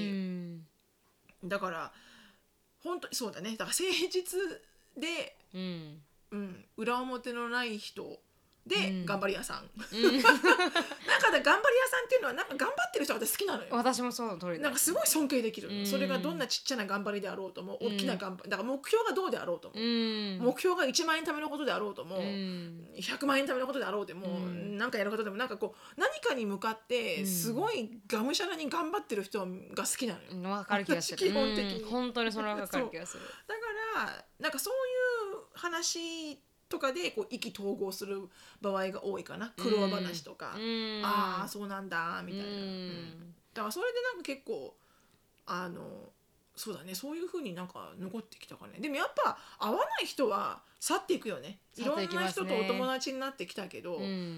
だから本当にそうだね、だから誠実で、うんうん、裏表のない人で、うん、頑張り屋さん、うん、なんか頑張り屋さんっていうのはなんか頑張ってる人が私好きなのよ。 私もそうの通りだ。 なんかすごい尊敬できる、うん、それがどんなちっちゃな頑張りであろうとも、うん、大きな頑張りだから目標がどうであろうとも、うん、目標がいちまんえんのためのことであろうとも、うん、ひゃくまんえんのためのことであろうとも、うん、なんかやることでもなんかこう何かに向かってすごいがむしゃらに頑張ってる人が好きなのよ。 うん、分かる気がする。基本的に、うん、本当にそれは分かる気がする。 だからなんかそういう話とかでこう意気投合する場合が多いかな、苦労話とか、うん、ああそうなんだみたいな、うんうん、だからそれでなんか結構あのそうだね、そういう風になんか残ってきたかね。でもやっぱ会わない人は去っていくよね。いろんな人とお友達になってきたけど、うん、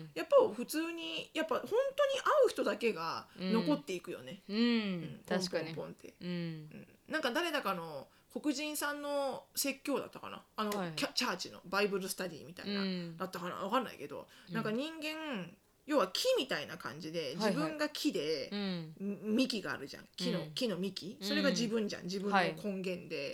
やっぱ普通にやっぱ本当に会う人だけが残っていくよね、 うんうん、確かにポンポンポンって、うんうん、なんか誰だかの黒人さんの説教だったかな、あの、はい、チャーチのバイブルスタディみたいな、うん、だったかな分かんないけど、うん、なんか人間要は木みたいな感じで自分が木で、はいはい、幹があるじゃん、木の、うん、木の幹、それが自分じゃん、自分の根源で、はい、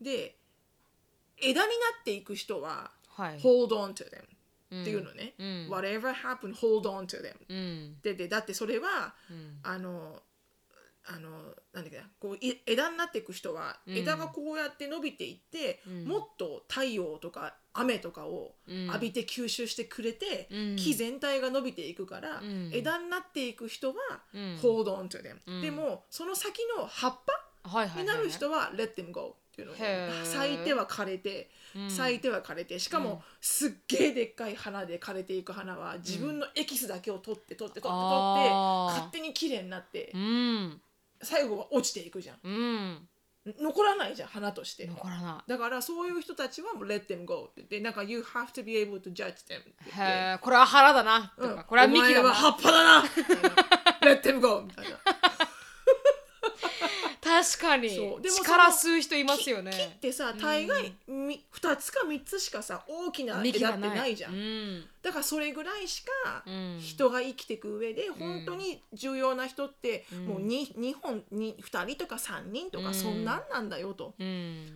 で枝になっていく人は、はい、hold on to them、っていうのね、うん、whatever happened hold on to them、うん、で, でだってそれは、うん、あのあのなんだっけな、こう枝になっていく人は、うん、枝がこうやって伸びていって、うん、もっと太陽とか雨とかを浴びて吸収してくれて、うん、木全体が伸びていくから、うん、枝になっていく人は、うん、hold on to them、うん、でもその先の葉っぱになる人は let them go っていうのを、咲いては枯れて、うん、咲いては枯れて、しかも、うん、すっげえでっかい花で枯れていく花は自分のエキスだけを取って取って取って取って、うん、勝手に綺麗になって、うん、最後は落ちていくじゃん、うん、残らないじゃん花として。 残らない。 だからそういう人たちはもう let them go って言って、なんか you have to be able to judge them って言って、 へーこれは花だなとか、うん、これは幹だな、お前は葉っぱだなlet them go みたいな確かにそうでも力吸う人いますよね。 木ってさ大概、うん、普ふたつかみっつしかさ大きな枝ってないじゃん、うん、だからそれぐらいしか人が生きていく上で本当に重要な人ってもう 2, 2本にふたりとかさんにんとかそんなんなんだよと、うん、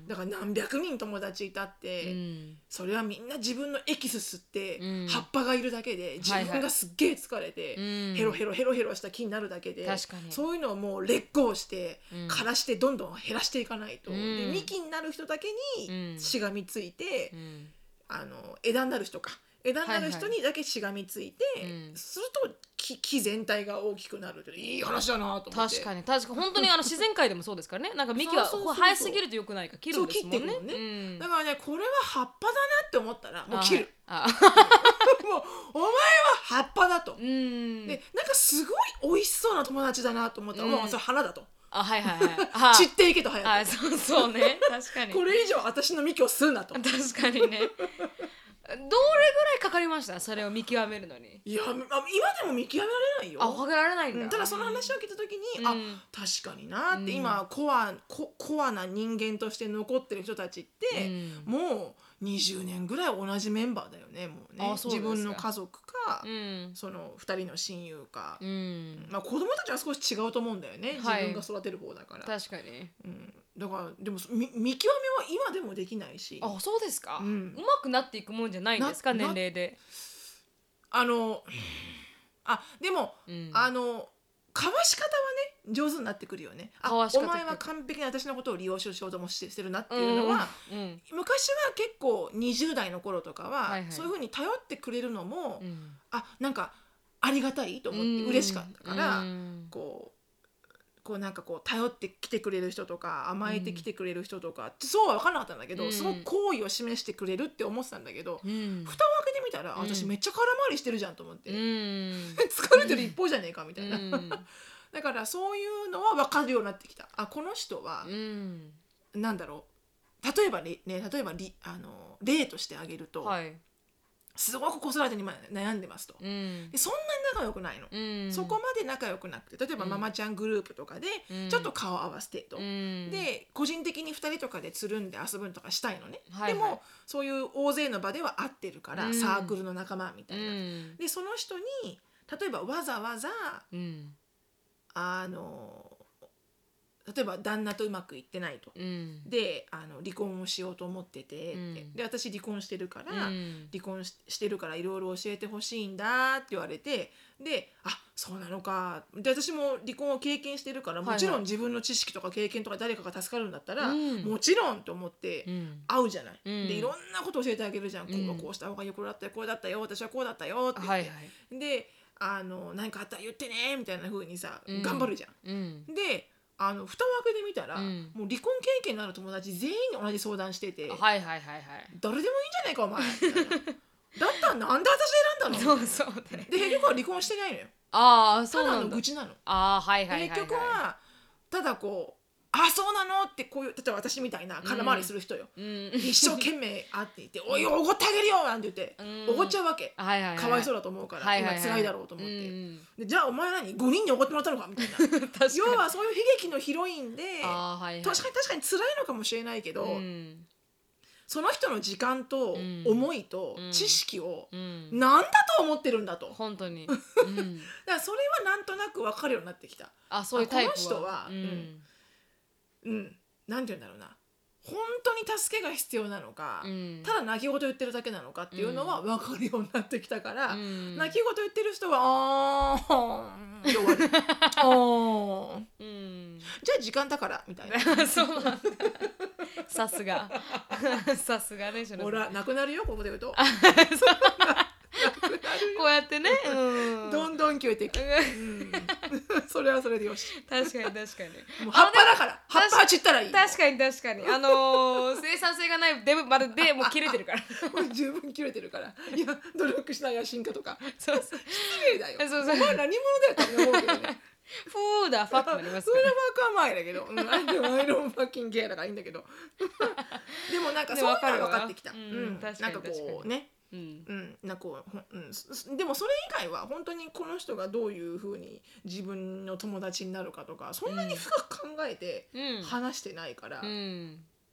だから何百人友達いたって、うん、それはみんな自分のエキス吸って葉っぱがいるだけで自分がすっげえ疲れて、はいはい、ヘロヘロヘロヘロした木になるだけで、確かにそういうのをもう劣行して枯らしてどんどん減らしていかないと、うん、で幹になる人だけにしがみついて、うん、あの枝になる人か枝になる人にだけしがみついて、はいはい、すると 木, 木全体が大きくなるっていい話だなと思って。 確かに確かに本当にあの自然界でもそうですからねなんか幹は生えすぎるとよくないから切るんですもんね。そう切ってくのね、うん、 だからねこれは葉っぱだなって思ったらもう切る。あ、はい、もうお前は葉っぱだと。うんでなんかすごい美味しそうな友達だなと思ったら、うん、もうそれ花だと。 あ、はいはいはい。 散っていけと早く。 あ、そうそうね。確かに。 これ以上私の幹を吸うなと。 確かにね。どれぐらいかかりましたそれを見極めるのに。 いや今でも見極められないよ。 あ、分かられないんだ、 うん、ただその話を聞いた時に、うん、あ確かになって、うん、今コア、コ、コアな人間として残ってる人たちって、うん、もうにじゅうねんぐらい同じメンバーだよねもうね。自分の家族か、うん、そのふたりの親友か、うんまあ、子供たちは少し違うと思うんだよね、はい、自分が育てる方だから。 確かに、 うんだからでも見極めは今でもできないし。 あ、そうですか、うん、うまくなっていくもんじゃないんですか年齢で。 あのあでも、うん、あのかわし方はね上手になってくるよね。あお前は完璧に私のことを利用しようともしてるなっていうのは、うんうん、昔は結構にじゅう代の頃とかは、はいはい、そういう風に頼ってくれるのも、うん、あなんかありがたいと思って嬉しかったから、うん、こうこうなんかこう頼ってきてくれる人とか甘えてきてくれる人とか、うん、そうは分からなかったんだけど、うん、すごく好意を示してくれるって思ってたんだけど、うん、蓋を開けてみたら、うん、私めっちゃ空回りしてるじゃんと思って、うん、疲れてる一方じゃねえかみたいな、うん、だからそういうのは分かるようになってきた。あこの人は、うん、なんだろう例えばね例えばあの例としてあげると、はいすごく子育てに悩んでますと、うん、でそんなに仲良くないの、うん、そこまで仲良くなくて例えばママちゃんグループとかでちょっと顔合わせてと、うん、で個人的にふたりとかでつるんで遊ぶとかしたいのね、はいはい、でもそういう大勢の場では会ってるから、うん、サークルの仲間みたいな、うん、でその人に例えばわざわざ、うん、あの例えば旦那とうまくいってないと、うん、であの離婚をしようと思ってて、うん、で私離婚してるから、うん、離婚 し, してるからいろいろ教えてほしいんだって言われてであそうなのかで私も離婚を経験してるからもちろん自分の知識とか経験とか誰かが助かるんだったら、うん、もちろんと思って会うじゃない、うん、でいろんなこと教えてあげるじゃん、うん、こうこうした方がいいこうだったよこうだったよ私はこうだったよって言って、はいはい、であの何かあったら言ってねみたいな風にさ、うん、頑張るじゃん、うん、であの蓋を開けてみたら、うん、もう離婚経験のある友達全員に同じ相談してて、 はいはいはいはい、 誰でもいいんじゃないかお前だったらなんで私選んだのそうそう、ね、 で結局は離婚してないのよ。 ああそうなんだ、 ただの愚痴なの。 あ、はいはいはいはい、 結局はただこうあそうなのってこういう例えば私みたいな空回りする人よ、うん、一生懸命会って言って「おいおごってあげるよ」なんて言っておご、うん、っちゃうわけ、はいはいはい、かわいそうだと思うから、はいはいはい、今辛いだろうと思って、うん、でじゃあお前何ごにんにおごってもらったのかみたいな要はそういう悲劇のヒロインで、はいはい、確かに確かに辛いのかもしれないけど、うん、その人の時間と思いと知識を何だと思ってるんだと、 本当に、 うん、だからそれはなんとなく分かるようになってきた。 あ、そういうタイプはこの人は、うんうん、なんて言うんだろうな本当に助けが必要なのか、うん、ただ泣き言言ってるだけなのかっていうのは分かるようになってきたから、うん、泣き言言ってる人はあーって終わるあー、うん、じゃあ時間だからみたいなそうなんださすがさすがね。 ほらなくなるよここで言うとこうやってね、 うん、どんどん消えていく、うん、それはそれでよし。 確かに確かにもう葉っぱだから葉っぱは散ったらいい。 確かに確かにあのー、生産性がないデブまででもう切れてるからもう十分切れてるからいや努力しないや進化とかそうそう失礼だよ。そうそうお前何者だよって思うけどねフーだファックになりますから。 フーダファックは前だけど、うん、アイロンファッキンゲアだからいいんだけどでもなんかそういうのは分かってきた、うんうん、なんかこうねうんうん、なんかこう、うん、でもそれ以外は本当にこの人がどういうふうに自分の友達になるかとかそんなに深く考えて話してないから、うんうん、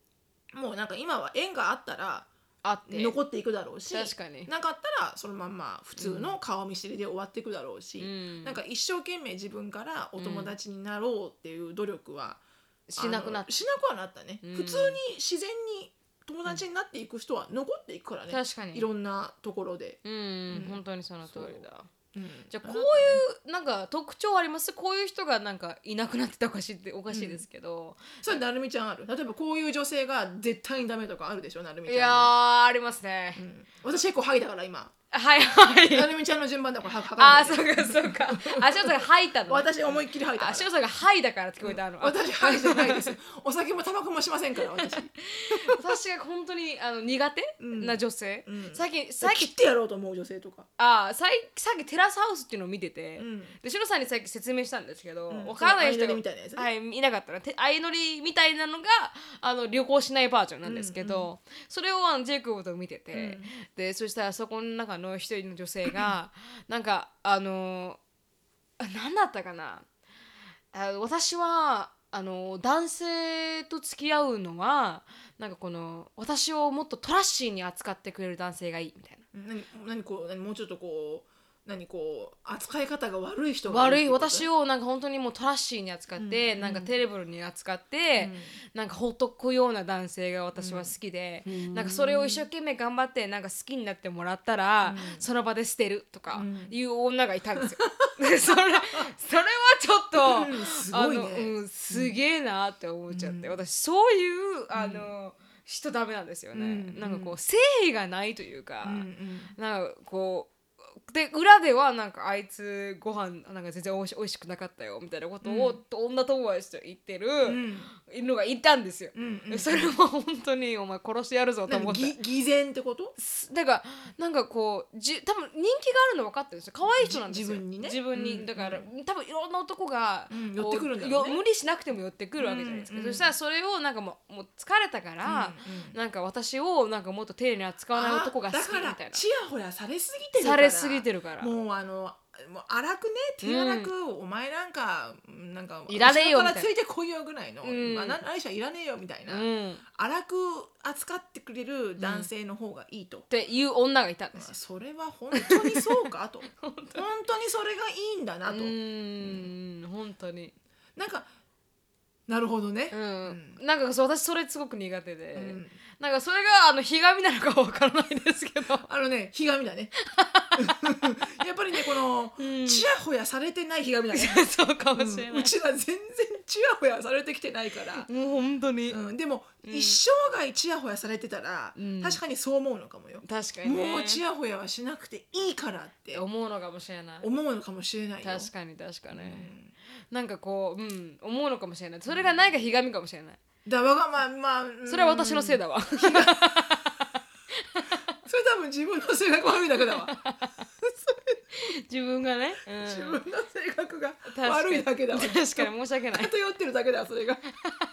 もうなんか今は縁があったらあって残っていくだろうし、 確かになかったらそのまんま普通の顔見知りで終わっていくだろうし、 うん、 なんか一生懸命自分からお友達になろうっていう努力は、 うん、しなくなったしなくはなったね、うん、普通に自然に友達になっていく人は残っていくからね、 確かにいろんなところで、 うん、うん、本当にその通りだ。うん、じゃあこういうなんか特徴あります？こういう人がなんかいなくなってたおかしいっておかしいですけど、うん、 それなるみちゃんある？例えばこういう女性が絶対にダメとかあるでしょ、なるみちゃん。 いやーありますね、うん、 私結構ハイだから今。 はいはい。 なるみちゃんの順番だから吐かない。あ、そうかそうか。あしおさんが吐いたの。 私思いっきり吐いた。 あしおさんが吐いだから聞こえたの。 私吐いじゃないです。お酒もタバコもしませんから私。 私が本当にあの苦手、うん、な女性。うん、最近最近切ってやろうと思う女性とか。 あ、さいさっきテラスハウスっていうのを見てて、うん、でしのさんにさっき説明したんですけど、うん、分からない人がみたいなやつ、ね、 はいいなかったら相乗りみたいなのがあの旅行しないバージョンなんですけど、うんうん、それをあのジェイコブと見てて、うん、でそしたらそこの中の一人の女性がなんかあの何だったかな、あ私はあの男性と付き合うのはなんかこの私をもっとトラッシーに扱ってくれる男性がいいみたいな。 何何こう何もうちょっとこう何こう扱い方が悪い人が悪い私をなんか本当にもうトラッシーに扱って、うん、なんかテレブルに扱って、うん、なんかほっとくような男性が私は好きで、うん、なんかそれを一生懸命頑張ってなんか好きになってもらったら、うん、その場で捨てるとかいう女がいたんですよ、うん、それそれはちょっと、うん、すごいね、あの、うん、すげえなって思っちゃって、私そういうあの、人ダメなんですよね、なんかこう誠意がないというか、なんかこうで裏ではなんかあいつご飯なんか全然おいし、おいしくなかったよみたいなことを、うん、女友達と言ってるのがいたんですよ、うんうん、それも本当にお前殺してやるぞと思った。 偽善ってこと？ だからなんかこうじ多分人気があるの分かってるんですよ、可愛い人なんですよ自分にね、 自分に、うん、だから、うん、多分いろんな男が、 うん、寄ってくるんだろうね、 無理しなくても寄ってくるわけじゃないですか、うんうん、そしたらそれをなんかもう、もう疲れたから、うんうん、なんか私をなんかもっと丁寧に扱わない男が好きみたいな、だからチヤホヤされすぎてるから、 されすぎてるからもうあのもう荒くね手荒く、うん、お前なんかなんかいらねえよみたいな、 後ろからついてこいよぐらいの、うんまあ、何しはいらねえよみたいな、うん、荒く扱ってくれる男性の方がいいと、うん、 っていう女がいたんですよ、 まあ、それは本当にそうかと本当にそれがいいんだなと、うーん本当になんかなるほどね、 うんうん、なんかそう私それすごく苦手で、うん、なんかそれがあのひがみなのかわからないですけどあのねひがみだねやっぱりねこの、うん、チヤホヤされてないひがみだねそうかもしれない、 うん、うちは全然チヤホヤされてきてないからもう本当に、 うん、でも、うん、一生涯チヤホヤされてたら、うん、確かにそう思うのかもよ、 確かに、ね、 もうチヤホヤはしなくていいからって思うのかもしれない思うのかもしれないよ、 確かに確かに、うん、なんかこう、うん、思うのかもしれない、それがないがひがみかもしれない、 だわがまあまあ、 それは私のせいだわそれ多分自分の性格悪いだけだわ自分がね、 うん、自分の性格が悪いだけだわ、 確かに申し訳ない偏ってるだけだそれが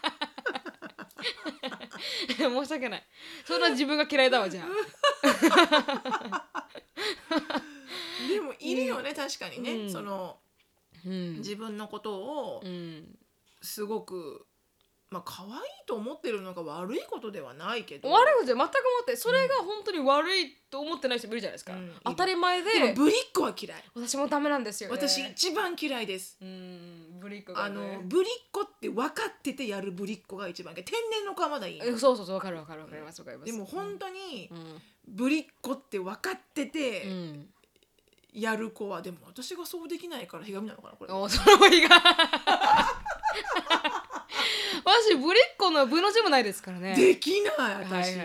申し訳ない、そんな自分が嫌いだわじゃあでもいるよね、うん、確かにね、うん、その、うん、自分のことをすごくまあ可愛いと思ってるのが悪いことではないけど、 悪いことじゃ全く思ってそれが本当に悪いと思ってない人もいるじゃないですか、うん、当たり前で。 でもぶりっ子は嫌い、 私もダメなんですよね、 私一番嫌いです、 うん、ぶりっ子が、ね、 あのぶりっ子って分かっててやるぶりっ子が一番嫌い、天然の子はまだいい、 そうそうそう分かる分かる分かります分かります、 でも本当にぶりっ子って分かってて、うんやる子はでも私がそうできないからひがみなのかなこれ。 おそれもひが私ぶりっ子の部の字もないですからね。 できない私、はいはいはいはい、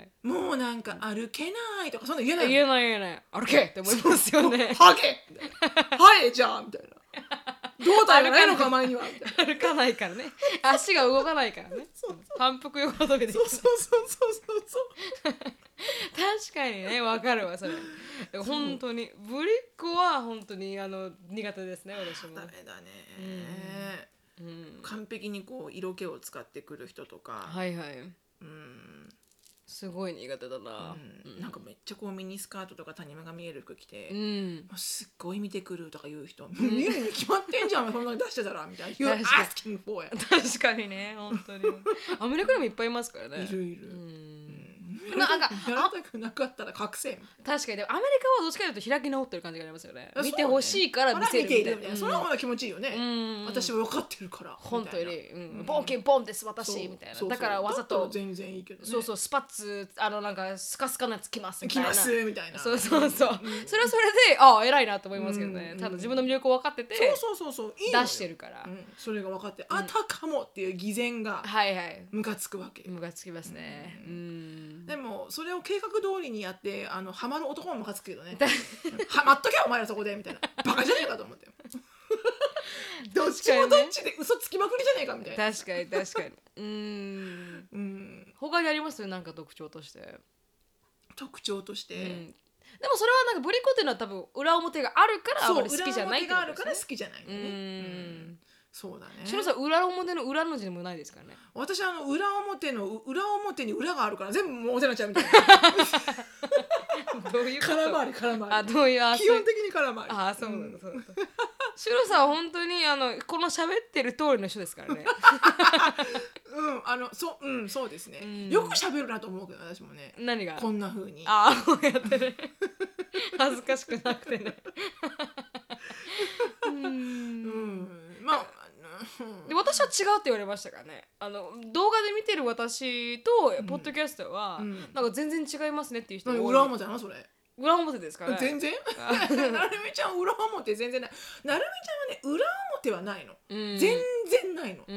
もうなんか歩けないとかそんな言えない言えない言えない歩けって思いますよね。 はけはいじゃあみたいな胴体がないのか前にはみたいな歩かないからね足が動かないからねそうそう反復横跳びできそうそうそうそうそう確かにね分かるわそれ本当にぶりっ子は本当にあの苦手ですね私もダメだね、うん、完璧にこう色気を使ってくる人とかはいはい、 うん、 すごい苦手だな、 うん、なんかめっちゃこうミニスカートとか谷間が見える服着て、 うん、 もうすっごい見てくるとか言う人、見るに決まってんじゃんそんなの出してたらみたいな You're 確かに asking for it 確かにね本当にアメリカでもいっぱいいますからね。 いるいる、 うんなんかやらなくなかったら隠せみたいな。 確かにでもアメリカはどっちかというと開き直ってる感じがありますよね。見てほしいから見せるみたいな、 見ているその方が気持ちいいよね、 うん、 私は分かってるから本当に、うん、ボンケンボンです私みたいな。 そうそうだからわざと全然いいけどね。 そうそうスパッツあのなんかスカスカなやつ着ますみたいな着ますみたいな。 そうそうそう、 うん、 それはそれでああ偉いなと思いますけどね、 うん、 ただ自分の魅力を分かってて、 そうそうそうそういい出してるから、 うん、それが分かって、うん、あたかもっていう偽善がはいはいムカつくわけ。 ムカつきますね、うん、うん、 でもそれを計画通りにやってあのハマる男もムカつくけどねハマっとけお前らそこでみたいなバカじゃねえかと思ってどっちもどっちで嘘つきまくりじゃねえかみたいな。 確かに確かにうーん、 うん、 他にありますよなんか特徴として特徴として、うん、 でもそれはなんかブリコっていうのは多分裏表があるからあまり好きじゃないってことですね。 裏表があるから好きじゃないのね。 うん、 うん、そうだね。 しのさん裏表の裏の字でもないですからね。 私はあの裏表の裏表に裏があるから全部もうお世話になっちゃうみたいなどういうこと空回り空回りあどういうあ基本的に空回りあそうなんだそうなんだシロさんは本当にあのこの喋ってる通りの人ですからねうんあのそううんそうですね、うん、よく喋るなと思うけど私もね。何がこんな風にああこうやってね恥ずかしくなくてねうん、うん、まあで私は違うって言われましたからね。あの動画で見てる私とポッドキャストは、うん、なんか全然違いますねっていう人が多い。 裏表なのそれ裏表ですかね。全然なるみちゃん裏表全然ない。なるみちゃんはね裏表はないの、うん、全然ないの、うん、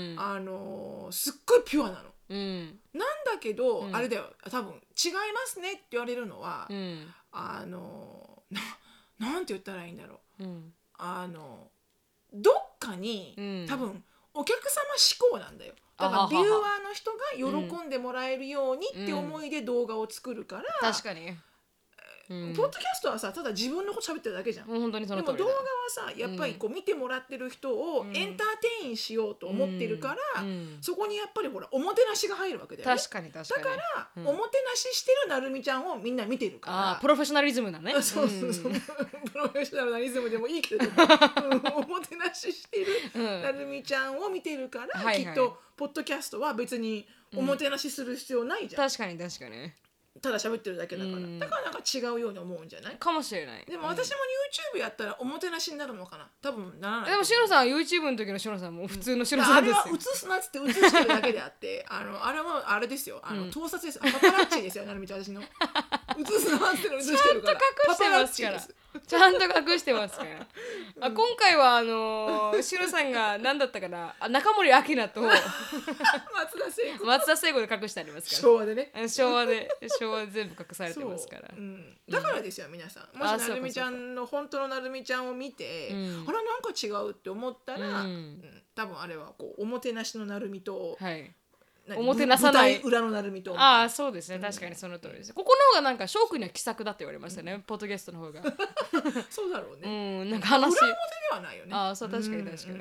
あのー、すっごいピュアなの、うん、なんだけど、うん、あれだよ多分違いますねって言われるのは、うん、あのー、な, なんて言ったらいいんだろう、うん、あのどっかに、うん、多分お客様志向なんだよ。だからビューアーの人が喜んでもらえるようにって思いで動画を作るから、うん、確かに、うん、ポッドキャストはさただ自分のこと喋ってるだけじゃん。本当にその通りだ。でも動画はさやっぱりこう見てもらってる人をエンターテインしようと思ってるから、うんうん、そこにやっぱりほらおもてなしが入るわけだよね。確かに確かに。だから、うん、おもてなししてるなるみちゃんをみんな見てるから。あプロフェッショナリズムだね。そうそうそう、うん、プロフェッショナリズムでもいいけどおもてなししてるなるみちゃんを見てるから、うん、きっとポッドキャストは別におもてなしする必要ないじゃん、うん、確かに確かに。ただ喋ってるだけだから、うん、だからなんか違うように思うんじゃないかもしれない。でも私も YouTube やったらおもてなしになるのかな。多分ならない。でもシロさんは YouTube の時のシロさんも普通のシロさんですよ、うん、あれは映すなっつって映してるだけであってあのあれはあれですよあの、うん、盗撮です。パパラッチですよなるみちゃん私の映すなっての映してるからちゃんと隠してますからちゃんと隠してますから、うん、あ今回はあのー、シロさんが何だったかなあ中森明菜と松田聖子松田聖子で隠してありますから昭和でね昭和で昭和で全部隠されてますから、うん、だからですよ皆さんもしなるみちゃんの本当のなるみちゃんを見て、うん、あらなんか違うって思ったら、うんうん、多分あれはこうおもてなしのなるみと、はいおもてなさない裏のなるみとああそうですね確かにその通りです、うん、ここの方がなんか翔くんには気さくだって言われましたね、うん、ポッドキャストの方がそうだろうね、うん、なんか話裏表ではないよねああそう確かに確かに、うんうん、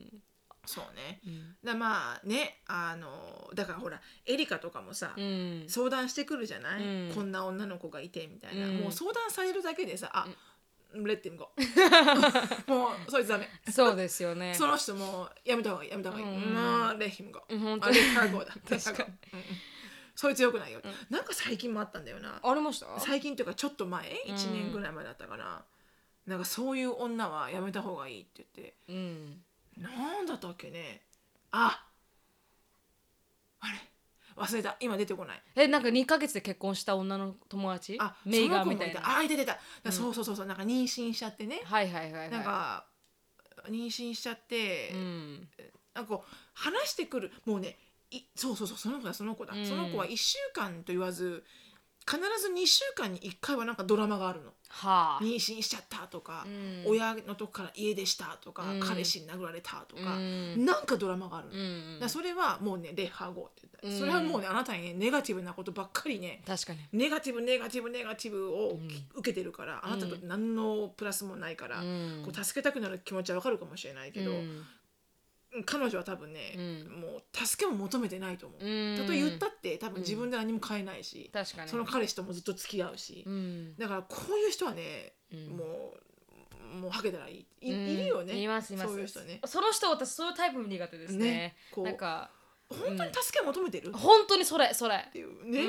そうね、うん、だまあねあのだからほらエリカとかもさ、うん、相談してくるじゃない、うん、こんな女の子がいてみたいな、うん、もう相談されるだけでさあ、うんレッテンゴもうそいつダメそうですよねその人もやめた方がいいやめた方がいい、うん、もうレッヒムゴ、うん、あレッカーゴだ確かに、うん、そいつよくないよ、うん、なんか最近もあったんだよなありました最近というかちょっと前いちねんぐらい前だったかな、うん、なんかそういう女はやめた方がいいって言って、うん、なんだったっけねああれ忘れた今出てこないえなんかにかげつで結婚した女の友達あメイガーみたいなあいた出た、うん、そうそうそうそうなんか妊娠しちゃってねはいはいはい、はい、なんか妊娠しちゃって、うん、なんかこう話してくるもうねいそうそうそうその子だその子だ、うん、その子はいっしゅうかんと言わず必ずにしゅうかんにいっかいはなんかドラマがあるの、はあ、妊娠しちゃったとか、うん、親のとこから家出したとか、うん、彼氏に殴られたとか、うん、なんかドラマがあるの、うん、だそれはもうねレッハーゴーって言った、うん、それはもうねあなたにねネガティブなことばっかりね確かにネガティブネガティブネガティブを、うん、受けてるからあなたと何のプラスもないから、うん、こう助けたくなる気持ちはわかるかもしれないけど、うん彼女は多分ね、 うん、 もう助けも求めてないと思う。 うんたとえ言ったって多分自分で何も買えないし、 確かにその彼氏ともずっと付き合うし、 うん、 だからこういう人はね、 うん、 もうもうはけたらいい い,、 うん、 いるよね。 いますいます。 そういう人ね。 その人私そういうタイプも苦手ですね。 ねこうなんか本当に助けを求めてる、 うん、本当にそれそれっていうね、 うんうん、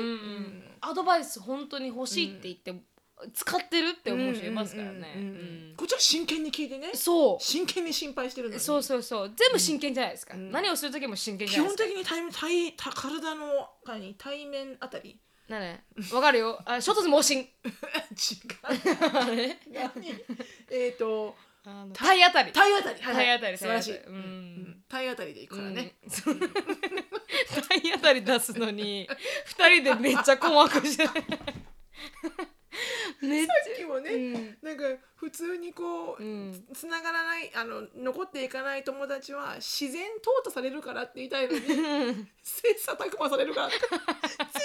アドバイス本当に欲しいって言って、うん使ってるって思う人いますからね。 こっちは真剣に聞いてね。 そう真剣に心配してるのに。 そうそうそう全部真剣じゃないですか、 うん、 何をする時も真剣じゃないですか。 基本的に対対対体の何対面あたりなねわかるよあ衝突盲信違う何えっと体当たり体当たり体当たり素晴らしいうん体当たりでいくからね体当たり出すのに二人でめっちゃ困惑してめっちゃさっきもね、うん、なんか普通にこう、うん、つながらないあの残っていかない友達は自然淘汰されるからって言いたいのに切磋琢磨されるから全然違う。なんだ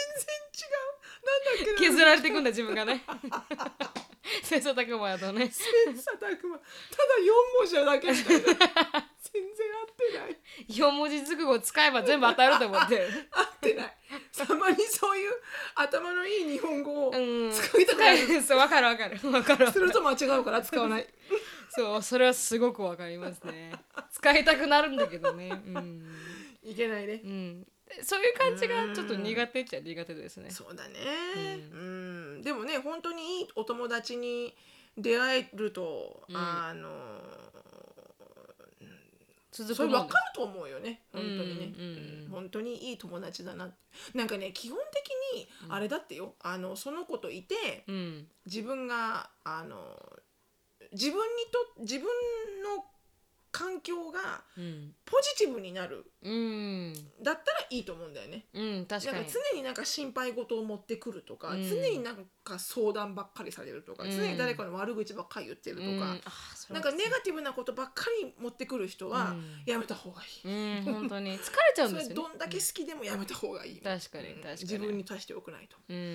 っけな削られていくんだ自分がね切磋琢磨やとね切磋琢磨ただよん文字だけみたいな全然合ってないよん文字熟語使えば全部当たると思ってる合ってないたまにそういう頭のいい日本語を使いたくなる、 うん、そう分かる分かる分かるすると間違うから使わないそうそれはすごく分かりますね使いたくなるんだけどね、うん、 いけないね、 うん、そういう感じがちょっと苦手っちゃ苦手ですね。 そうだね、うん、うんでもね本当にいいお友達に出会えると、うん、あの続くそれ分かると思うよね本当にね、うんうんうん、本当にいい友達だななんかね基本的にあれだってよ、うん、あのその子といて、うん、自分があの自分にと自分の環境がポジティブになる、うん、だったらいいと思うんだよね、うん、確かになんか常になんか心配事を持ってくるとか、うん、常になんか相談ばっかりされるとか、うん、常に誰かの悪口ばっかり言ってるとか、うん、なんかネガティブなことばっかり持ってくる人はやめた方がいい、 うん、本当に疲れちゃうんですよね。 それどんだけ好きでもやめた方がいい、うん、 確かに確かに自分に足しておくないと、うんうん、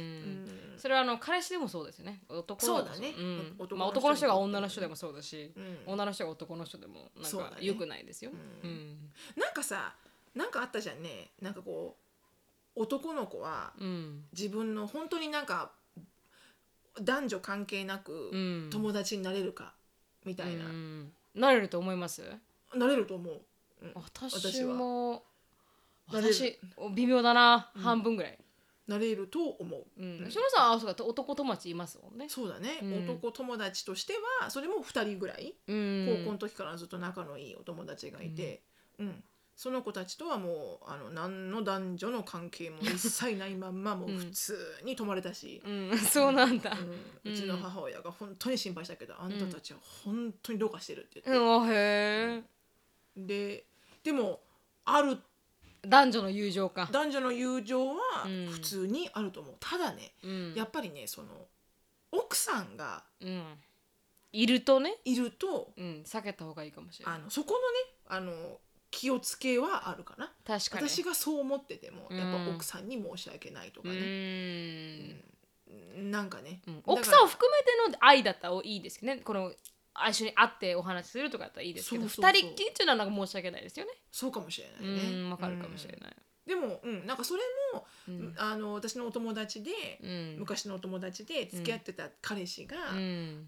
それはあの彼氏でもそうですよね。男のそうだね、 うん男, まあ、男の人が女の人でもそうだし、うん、女の人が男の人でもなんか良くないですよ、うんうん、 なんかさなんかあったじゃんね。なんかこう男の子は自分の本当になんか男女関係なく友達になれるかみたいな、うん、 なれると思います。 なれると思う、うん、 私も私微妙だな、うん、半分ぐらいなれると思う。 うん。しのさんはそうか男友達いますもんね。 そうだね、うん。男友達としてはそれもふたりぐらい、うん、高校の時からずっと仲のいいお友達がいて、うん、うん、その子たちとはもうあの何の男女の関係も一切ないまんまもう普通に泊まれたし、 うんうん、そうなんだ、 うん。うちの母親が本当に心配したけど、うん、あんたたちは本当にどうかしてるって言って。 うん、へー。で、でもある。 男女の友情か男女の友情は普通にあると思う、うん、ただね、うん、やっぱりねその奥さんが、 うん、いるとねいると、 うん、避けた方がいいかもしれない。 あのそこのねあの気をつけはあるかな。 確かに私がそう思っててもやっぱ奥さんに申し訳ないとかね、うん、なんかね、 うん、奥さんを含めての愛だったらいいですけどね。この一緒に会ってお話しするとかだったらいいですけど、ふたりっきりっていうのはなんか申し訳ないですよね。 そうかもしれないね。 うん、わかるかもしれない。 でも、うん、なんかそれも、うん、あの私のお友達で、うん、昔のお友達で付き合ってた彼氏が、うん、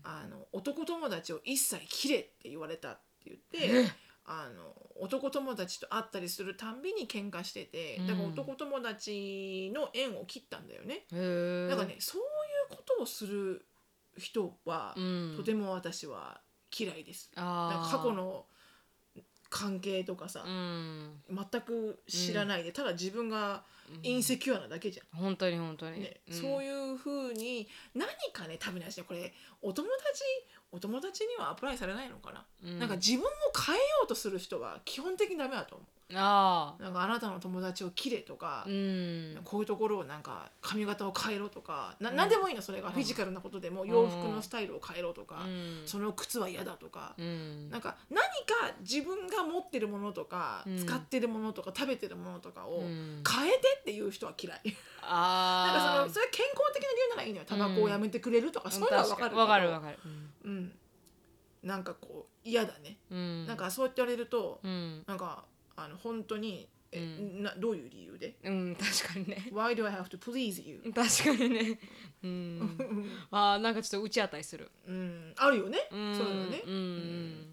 あの男友達を一切切れって言われたって言って、あの男友達と会ったりするたんびに喧嘩してて、だから男友達の縁を切ったんだよね。だからね、そういうことをする人は、うん、とても私は嫌いです。なんか過去の関係とかさ、うん、全く知らないで、うん、ただ自分がインセキュアなだけじゃん、 うん、本当に本当に、 ね、うん、そういう風に何かね多分ねこれお友達お友達にはアプライされないのかな、うん、なんか自分を変えようとする人は基本的にダメだと思う。あなんかあなたの友達を切れとか、うん、こういうところをなんか髪型を変えろとか な,、うん、何でもいいの。それがフィジカルなことでも、うん、洋服のスタイルを変えろとか、うん、その靴は嫌だとか、うん、なんか何か自分が持ってるものとか、うん、使ってるものとか食べてるものとかを変えてっていう人は嫌い、うん、あなんかそのそれは健康的な理由ならいいのよ。タバコをやめてくれるとか、うん、そういうのは分かるけど、 分かる分かる、 うんうん、 なんかこう嫌だね、 うん、 なんかそうやって言われると、 うん、 なんかあの本当にえ、 うん、 などういう理由で、 うん、確かにね。 Why do I have to please you? 確かにね。うん。あー、なんかちょっと打ち当たりする。 うん、あるよね、 うん、 そういうのね、 うん、うん。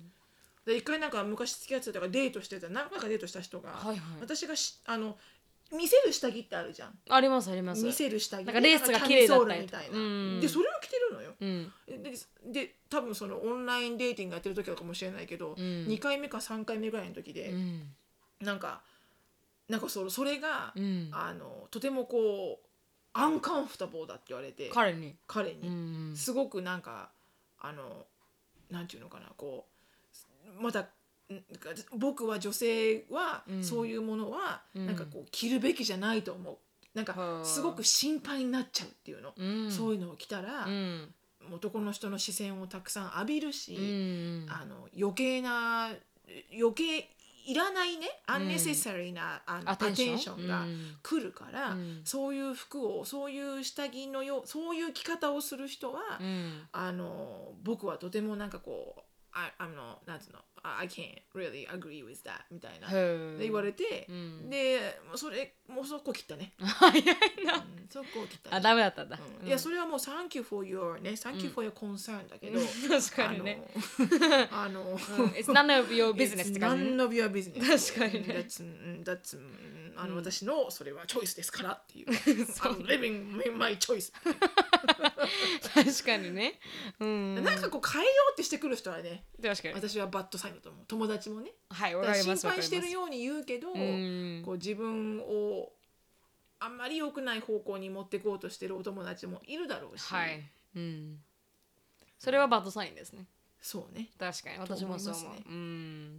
で一回なんか昔付き合ってたとかデートしてた何回かデートした人が、 はいはい。 私がしあの見せる下着ってあるじゃん、 ありますあります。 見せる下着なんかレースが綺麗だったりみたいな、 うん、 でそれを着てるのよ、 うん、 で, で多分そのオンラインデーティングやってる時かもしれないけど、 うん、 にかいめかさんかいめぐらいの時で、 うん、 なんかなんか そ, それが、 うん、 あのとてもこうアンカンフタボーだって言われて、 彼に彼に、 うん、 すごくなんかあのなんていうのかな、こうまた僕は女性は、うん、そういうものは、うん、なんかこう着るべきじゃないと思う、なんかすごく心配になっちゃうっていうの、うん、そういうのを着たら、うん、男の人の視線をたくさん浴びるし、うん、あの余計な余計いらないね、アンネセサリーな、うん、アテンションが来るから、うん、そういう服をそういう下着のよそういう着方をする人は、うん、あの僕はとてもなんかこうああのなんつうのI can't really agree with that みたいなで言われて、うん、でそれもうそこ切ったね早いな、うん、 そこ切った、ね、 あダメだったんだ、 うん、いやそれはもう Thank you for your ね Thank you for your concern だけど、 うん、確かにねあの、うん、 It's none of your business って感じ、 ね、None of your business 確かにね That's, that's あの、うん、私のそれはチョイスですからっていう I'm living my choice 確かにね、うん、 なんかこう変えようってしてくる人はね、 確かに私はバッドサインだと思う、友達もね、 はい、わかります、 心配してるように言うけど、こう自分をあんまり良くない方向に持っていこうとしてるお友達もいるだろうし、 はい、うん、それはバッドサインですね、 そうね、 確かに私もそう思う、ね、うん、うん、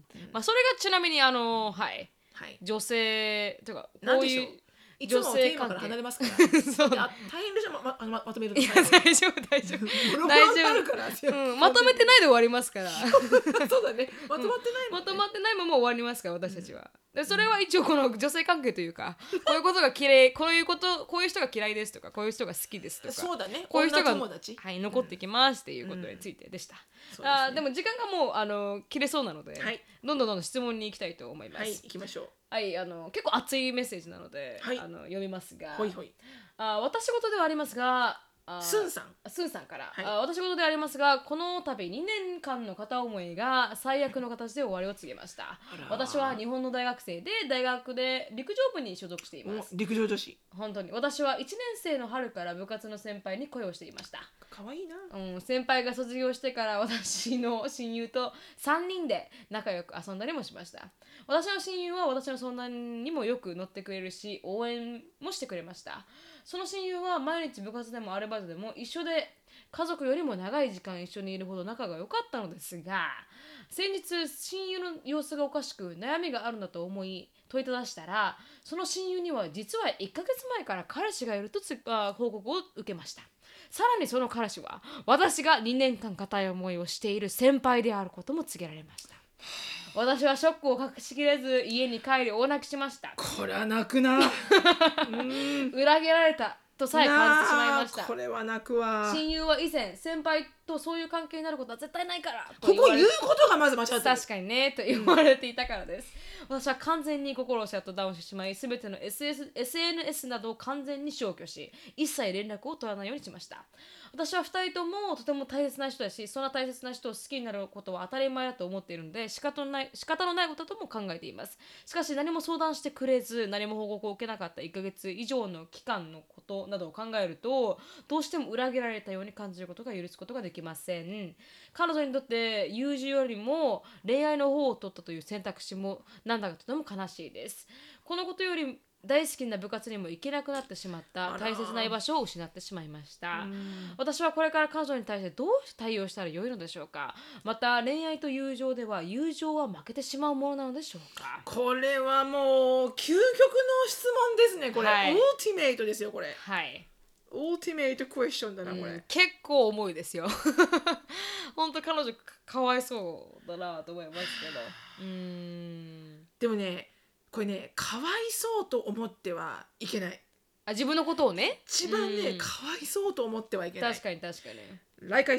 まあそれがちなみにあのはい、はい、女性というかこういういつもテーマから離れますからそう大変でしょ、ままま、まとめるの。いや大丈夫大丈夫大丈夫、うん、まとめてないで終わりますからそうだね、まとまってないもんね、 まとまってないまま終わりますから私たちは、うん、でそれは一応この女性関係というか、うん、こういうことが嫌いこういうことこういう人が嫌いですとかこういう人が好きですとか、 そうだね、 こういう人が、 はい、残ってきますっていうことについてでした、うん、あで, ね、でも時間がもうあの切れそうなので、はい、どんどんどんどん質問に行きたいと思います。 はい、行きましょう。 はい、あの結構熱いメッセージなので、はい、あの読みますが、 ほいほい、 あ私事ではありますが、 スンさんスンさんから、はい、あ私事でありますが、この度にねんかんの片思いが最悪の形で終わりを告げました。私は日本の大学生で大学で陸上部に所属しています。 陸上女子、 本当に私はいちねん生の春から部活の先輩に恋をしていました。 かわいいな、 うん、先輩が卒業してから私の親友とさんにんで仲良く遊んだりもしました。私の親友は私の相談にもよく乗ってくれるし応援もしてくれました。その親友は毎日部活でもアルバイトでも一緒で家族よりも長い時間一緒にいるほど仲が良かったのですが、先日親友の様子がおかしく悩みがあるんだと思い問いただしたら、その親友には実はいっかげつまえから彼氏がいるとつあ報告を受けました。さらにその彼氏は私がにねんかん固い思いをしている先輩であることも告げられました。私はショックを隠しきれず家に帰り大泣きしました。 これは泣くなうん裏切られたとさえ感じてしまいました。 これは泣くわ。 親友は以前先輩とそういう関係になることは絶対ないからとここ言うことがまず間違ってる。 確かにねと言われていたからです、うん、私は完全に心をシャットダウンしてしまい、すべての エスエヌエス などを完全に消去し一切連絡を取らないようにしました。私はふたりともとても大切な人だし、そんな大切な人を好きになることは当たり前だと思っているので仕方のない、仕方のないことだとも考えています。しかし何も相談してくれず何も報告を受けなかったいっかげつ以上の期間のことなどを考えると、どうしても裏切られたように感じることが許すことができません。彼女にとって友人よりも恋愛の方を取ったという選択肢もなんだかとても悲しいです。このことより大好きな部活にも行けなくなってしまった大切な居場所を失ってしまいました。私はこれから彼女に対してどう対応したらよいのでしょうか。また恋愛と友情では友情は負けてしまうものなのでしょうか。 これはもう究極の質問ですねこれ、はい、オーティメイトですよこれ。 はい、 オーティメイトクエスチョンだなこれ、うん、 結構重いですよ本当彼女 か, かわいそうだなと思いますけどうーんでもねこれねかわいそうと思ってはいけない。 あ自分のことをね一番ねかわいそうと思ってはいけない。 確かに確かに。 Like I say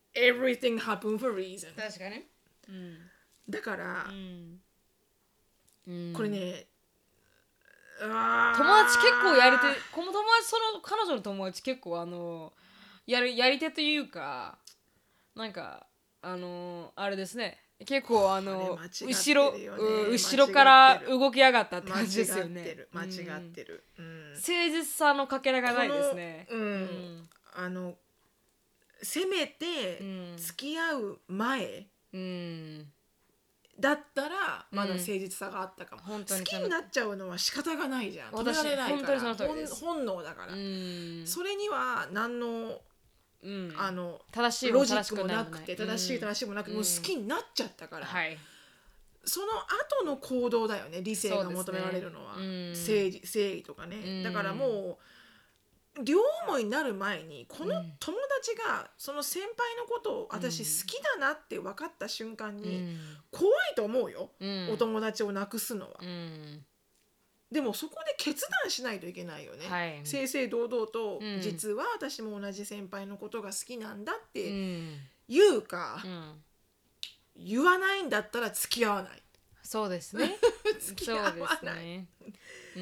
everything happen for reason 確かに、うん、 だから、 うんうん、 これね友達結構やり手この友達その彼女の友達結構あのやるやり手というかなんかあのあれですね結構あの後ろ後ろから動き上がったって感じですよね間違ってる、うん、 誠実さのかけらがないですね、 うんうん、あのせめて付き合う前、うんだったらまだ誠実さがあったかも、うん、好きになっちゃうのは仕方がないじゃん止められないから本能だから、うん、それには何の、うん、あの正しいロジックもなくて正しい正しいもなくて、うん、もう好きになっちゃったから、はい、その後の行動だよね理性が求められるのは、ね、うん、正義、正義とかね、うん、だからもう両思いになる前にこの友達がその先輩のことを私好きだなって分かった瞬間に怖いと思うよ、うん、お友達をなくすのは、うん、でもそこで決断しないといけないよね、はい、正々堂々と、うん、実は私も同じ先輩のことが好きなんだって言うか、うん、言わないんだったら付き合わないそうですね付き合わない、ねうん、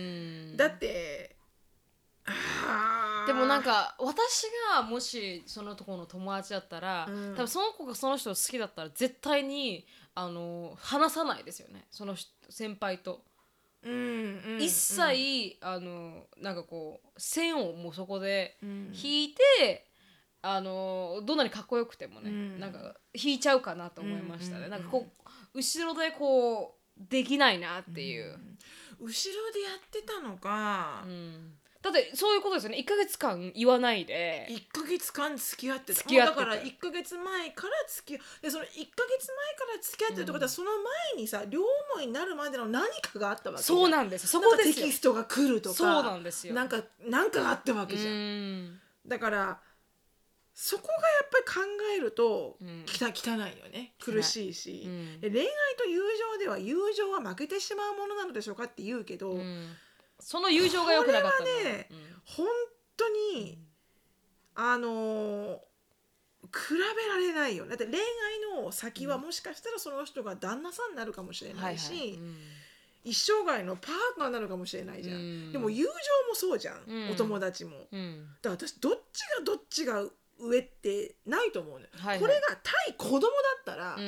だってでもなんか私がもしそのところの友達だったら、うん、多分その子がその人を好きだったら絶対にあの話さないですよねその先輩と、うんうん、一切、うん、あのなんかこう線をもうそこで引いて、うん、あのどんなにかっこよくてもね、うん、なんか引いちゃうかなと思いましたね、うんうんうん、なんかこう後ろでこうできないなっていう、 うん、後ろでやってたのか、 うんだってそういうことですよねいっかげつかん言わないでいっかげつかん付き合ってた付き合ってただからいっかげつまえから付き合でそのいっかげつまえから付き合ってるってことは、うん、その前にさ両思いになるまでの何かがあったわけじゃんそうなんですそこですよテキストが来るとかそうなんですよなんかなんかがあったわけじゃんうんだからそこがやっぱり考えると、うん、きた汚いよね苦しいし、うん、で恋愛と友情では友情は負けてしまうものなのでしょうかって言うけど、うんその友情が良くなかったこれはね、うん、本当に、うん、あのー、比べられないよだって恋愛の先はもしかしたらその人が旦那さんになるかもしれないし、はいはいうん、一生涯のパートナーになるかもしれないじゃん、うん、でも友情もそうじゃん、うん、お友達も、うん、だから私どっちがどっちが上ってないと思うのよ、はいはい、これが対子供だったら、うん、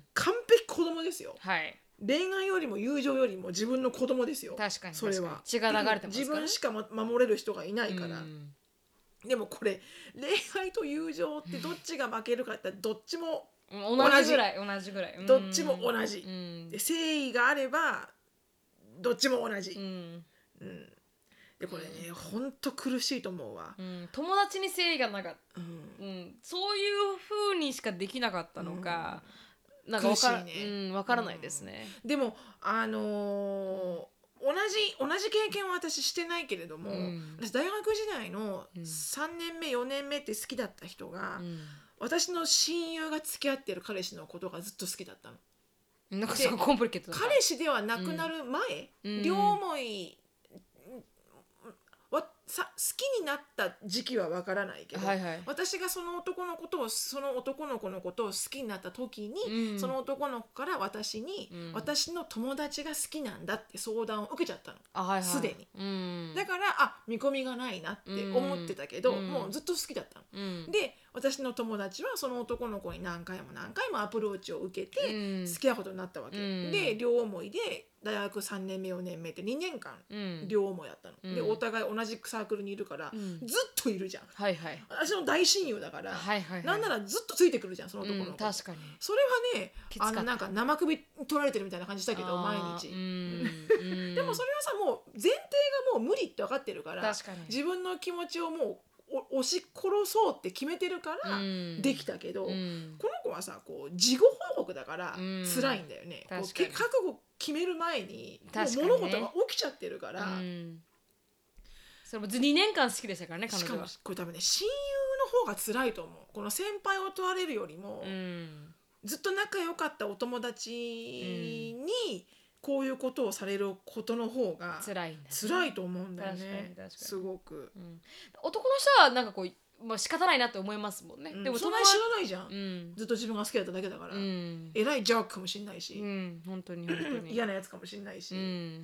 完璧子供ですよ、はい恋愛よりも友情よりも自分の子供ですよ確かにそれは血が流れてますから、ね、 自分しか、ま、守れる人がいないから、うん、でもこれ恋愛と友情ってどっちが負けるかってどっちも同じぐらい同じぐらいどっちも同じ、うん、で誠意があればどっちも同じ、うんうん、でこれね、うん、ほんと苦しいと思うわ、 うん、友達に誠意がなかった、うんうん、そういう風にしかできなかったのか、うんなんかわから、ねうん、わからないですね、 うん、でもあのー、同じ同じ経験は私してないけれども、うん、私大学時代のさんねんめよねんめって好きだった人が、うん、私の親友が付き合ってる彼氏のことがずっと好きだったのなんかすごいコンプリケートだった彼氏ではなくなる前、うん、両思いわさ好きになった時期はわからないけど、はいはい、私がその男のことをその男の子のことを好きになった時に、うん、その男の子から私に、うん、私の友達が好きなんだって相談を受けちゃったの、はいはい、すでに、うん、だからあ見込みがないなって思ってたけど、うん、もうずっと好きだったの、うん、で私の友達はその男の子に何回も何回もアプローチを受けて付き合うことになったわけ、うん、で両思いで大学さんねんめよねんめってにねんかん両思いやったの、うん、でお互い同じサークルにいるから、うん、ずっといるじゃん、はいはい、私の大親友だから、はいはいはい、なんならずっとついてくるじゃんその男の子、うん、確かにそれはねあのなんか生首取られてるみたいな感じしたけど毎日、うん、でもそれはさもう前提がもう無理って分かってるから確かに自分の気持ちをもう押し殺そうって決めてるからできたけど、うん、この子はさこう事後報告だから辛いんだよね、うん、こう覚悟決める前にもう物事が起きちゃってるから、うん、 それもにねんかん好きでしたからね彼女は。 しかもこれ多分ね親友の方が辛いと思うこの先輩を問われるよりも、うん、ずっと仲良かったお友達にこういうことをされることの方が辛いんだ、ね、辛いと思うんだよねすごく、 うん、男の人はなんかこうまあ仕方ないなって思いますもんね、 うん、 でもそんなに知らないじゃん、 うん、 ずっと自分が好きだっただけだから、 うん、 えらいジャークかもしれないし、 うん、本当に本当に嫌なやつかもしれないし、 うん、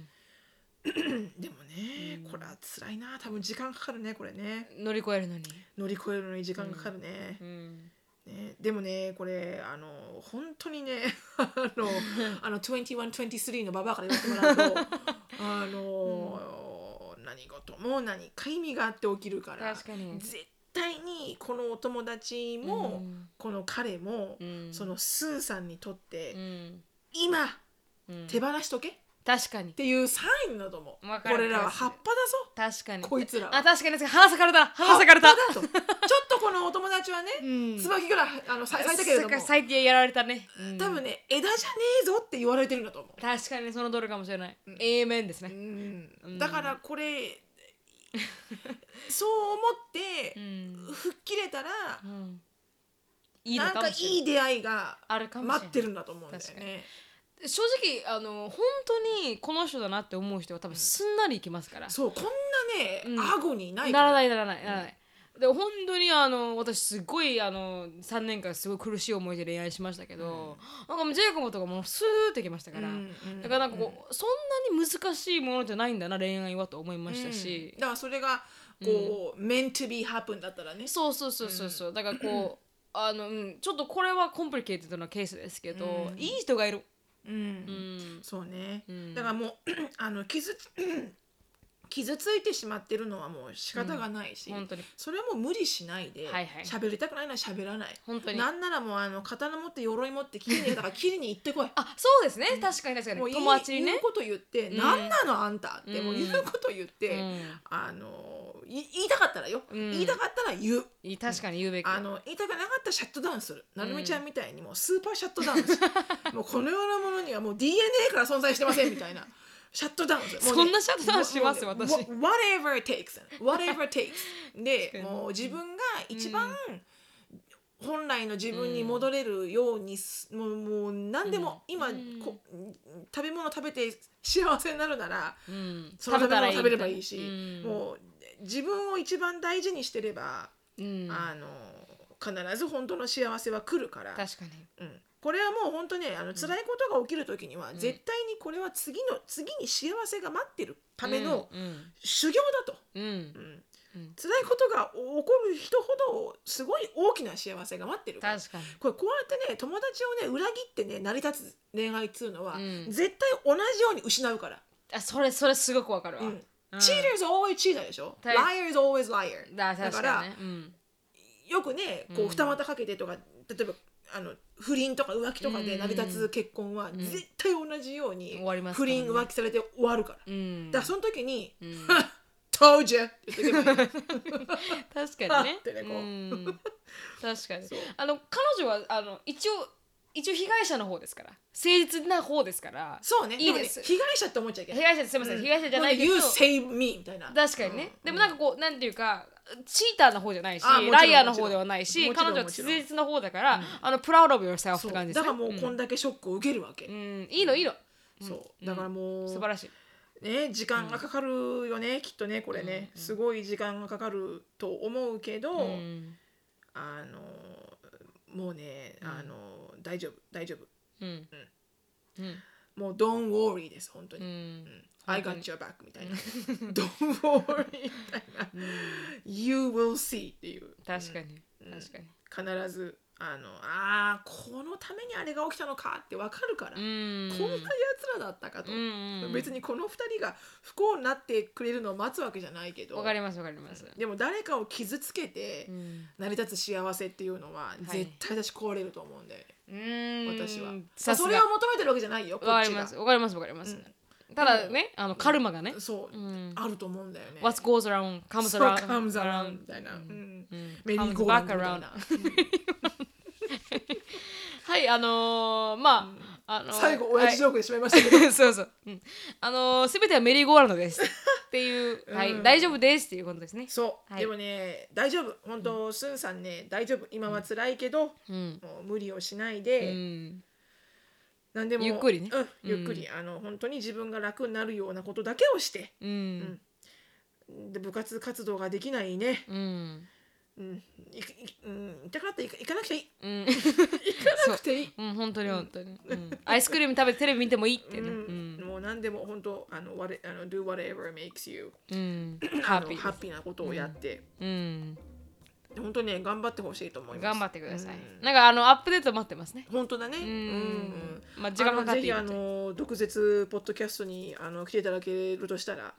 でもね、 うん、 これは辛いな、多分時間かかるねこれね、 乗り越えるのに乗り越えるのに時間かかるね、 うんうんね、でもねこれあの本当にねあのあのにじゅういち、にじゅうさんのババアから言わせてもらうとあの、うん、何事も何か意味があって起きるから確かに絶対にこのお友達も、うん、この彼も、うん、そのスンさんにとって、うん、今、うん、手放しとけ確かにっていうサインだと思う。これらは葉っぱだぞ。 確かにこいつらは。 あ、確かに花咲かれた。花咲かれた。 ちょっとこのお友達はね、うん、椿ぐらいあの咲いたけれども、 咲いてやられたね。 うん、多分ね、枝じゃねえぞって言われてるんだと思う。 確かにその通りかもしれない。うん、エーメンですね。 うん、だからこれそう思って吹っ切れたら、うん、いいなんかいい出会いが待ってるんだと思うんだよね。 正直あの本当にこの人だなって思う人は多分すんなりいきますから、うん、 そうこんなね、うん、アゴにないからならないならないならない、うん、で本当にあの私すごいあのさんねんかんすごい苦しい思いで恋愛しましたけど、うん、なんかジェイコブとかもうスーってきましたから、うんうん、だからなんかこう、うん、そんなに難しいものじゃないんだな恋愛はと思いましたし、 うん、だからそれがこう、うん、meant to be happen だったらね、 そうそうそうそうそう、うん、だからこうあの、うん、ちょっとこれはコンプリケーテッドなケースですけど、うん、いい人がいる。 うんうん、そうね、うん、だからもうあの傷傷ついてしまってるのはもう仕方がないし、うん、それはもう無理しないで、はいはい、喋りたくないなら喋らない、本当になんならもうあの刀持って鎧持って切りにだから切りに行ってこいあ、そうですね、うん、確かに確かにもう友達にね言うこと言って、うん、何なのあんたって、うん、もう言うこと言って、うん、あの言いたかったらよ、うん、言いたかったら言う、 確かに言うべき、 あの言いたくなかったらシャットダウンする、なるみちゃんみたいにもうスーパーシャットダウンするもうこのようなものにはもう ディーエヌエー から存在してませんみたいなシャットダウン、ね、 そんなシャットダウンします、私 whatever it takes whatever it takes でもう自分が一番本来の自分に戻れるように、うん、もう、もう何でも、うん、今、うん、こ食べ物食べて幸せになるなら、うん、その食べ物を食べればいいし、うん、もう自分を一番大事にしてれば、うん、あの必ず本当の幸せは来るから、 確かに、 うんこれはもう本当ねあの辛いことが起きるときには、うん、絶対にこれは次の次に幸せが待ってるための修行だと、うんうんうん、辛いことが起こる人ほどすごい大きな幸せが待ってるから、 確かにこれこうやってね友達をね裏切ってね成り立つ恋愛っつうのは、うん、絶対同じように失うから、 あそれそれすごくわかるわ、うんうん、 Cheater is always cheater でしょ、Liar is always liar だ, だから、ねうん、よくねこう二股かけてとか、例えばあの不倫とか浮気とかで成り立つ結婚は絶対同じように不倫浮気されて終わるから、うん、だからその時に「うん、told you」って言ってけばいい確かにね、ねうん、確かにあの彼女はあの一応一応被害者の方ですから、誠実な方ですから、 そうね、 いいです。 でもね、被害者って思っちゃいけない。 被害者すみません、うん、被害者じゃないけど、 You save me みたいな。 確かにね、うん、でもなんかこうなんていうかチーターの方じゃないし、ライアーの方ではないし、彼女は誠実な方だから、うん、あのプラウドオブヨーセルフって感じですね。 だからもうこんだけショックを受けるわけ。 うん、いいのいいの。 そうだからもう、 素晴らしい。 ね、時間がかかるよね、きっとねこれね、すごい時間がかかると思うけど、あのもうね、あの大丈夫大丈夫。うんうん、もう don't worry です本当に、うん、I got your back みたいなdon't worry みたいな、うん、you will see っていう、 確かに、うん、確かに必ずあのあこのためにあれが起きたのかって分かるから、うん、こんなやつらだったかと、うん、別にこのふたりが不幸になってくれるのを待つわけじゃないけど、 わかりますわかります、 でも誰かを傷つけて成り立つ幸せっていうのは絶対私壊れると思うんで、はいうん、私はそれを求めてるわけじゃないよ、こっちが。わかりますわかりますわかります、うん、ただね、あのカルマがね、 そう、うん、あると思うんだよね。 What goes around comes around comes around みたいな、うんうん、メリーゴーランドみたいなはいあのー、まあ、うん、あのー、 最後親父ジョークでしまいましたけど、はい、そうそう、うん、あのー、全てはメリーゴーランドですっていう、はい、うん、大丈夫ですっていうことですね。 そう、 はい、 でもね大丈夫本当、うん、スンさんね大丈夫、今は辛いけど、うん、もう無理をしないで、うん、なんでもゆっくりね、 うん、ゆっくり、うん、あの本当に自分が楽になるようなことだけをして、うんうん、で部活活動ができないね、うんうん、いいうん、痛かったら行か行かなくていい。 うん、 行かなくていい。 うん、本当に本当に、うん、アイスクリーム食べてテレビ見てもいいってね、 ううんん、もう何でも本当あの、what- あの do whatever makes you うん、 あハッピーのハッピーなことをやって、 うん、 本当にね頑張ってほしいと思います。 頑張ってください、 うんなんかあのアップデート待ってますね。 本当だね。 ううんん。 まあ時間かかっていいあのぜひあの毒舌ポッドキャストにあの来ていただけるとしたら、 うん、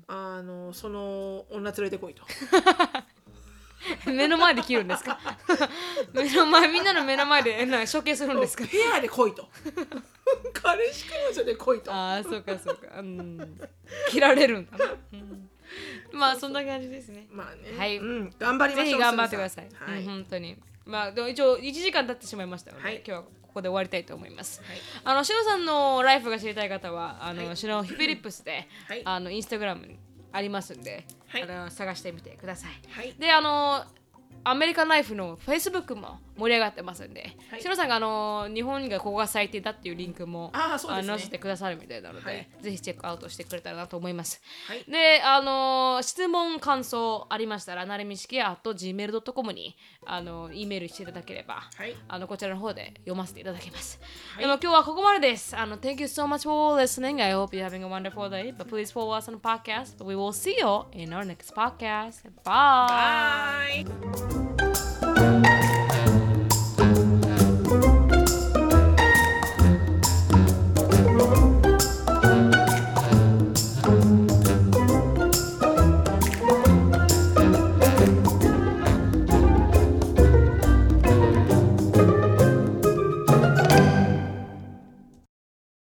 あのその女連れてこいと。 目の前で切るんですか目の前、みんなの目の前でなんか処刑するんですか。 ペアで来いと。彼氏彼女で来いと。 ああ、そうかそうか、うん、切られるんだな、うん、まあそんな感じですね。 まあね、 はい、 うん、頑張りましょう。 ぜひ頑張ってください、 はい、 うん、本当に。まあでも一応いちじかん経ってしまいましたので、 はい、 今日はここで終わりたいと思います、 はい、 あのシノさんのライフが知りたい方はあの、 はい、 シノフィリップスで、はい、あのインスタグラムにありますんで、はい、あの探してみてください、はい、であのアメリカンライフの Facebook も盛り上がってますんで、はい、シノさんがあの日本がここが最低だっていうリンクもあそうです、ね、 載せてくださるみたいなので、はい、ぜひチェックアウトしてくれたらなと思います、はい、であの質問感想ありましたらなるみしきや at ジーメールドットコム にあの E メールしていただければ、はい、あのこちらの方で読ませていただきます、はい、でも今日はここまでです。あの Thank you so much for listening. I hope you're having a wonderful day. But please follow us on the podcast. We will see you in our next podcast. Bye. Bye.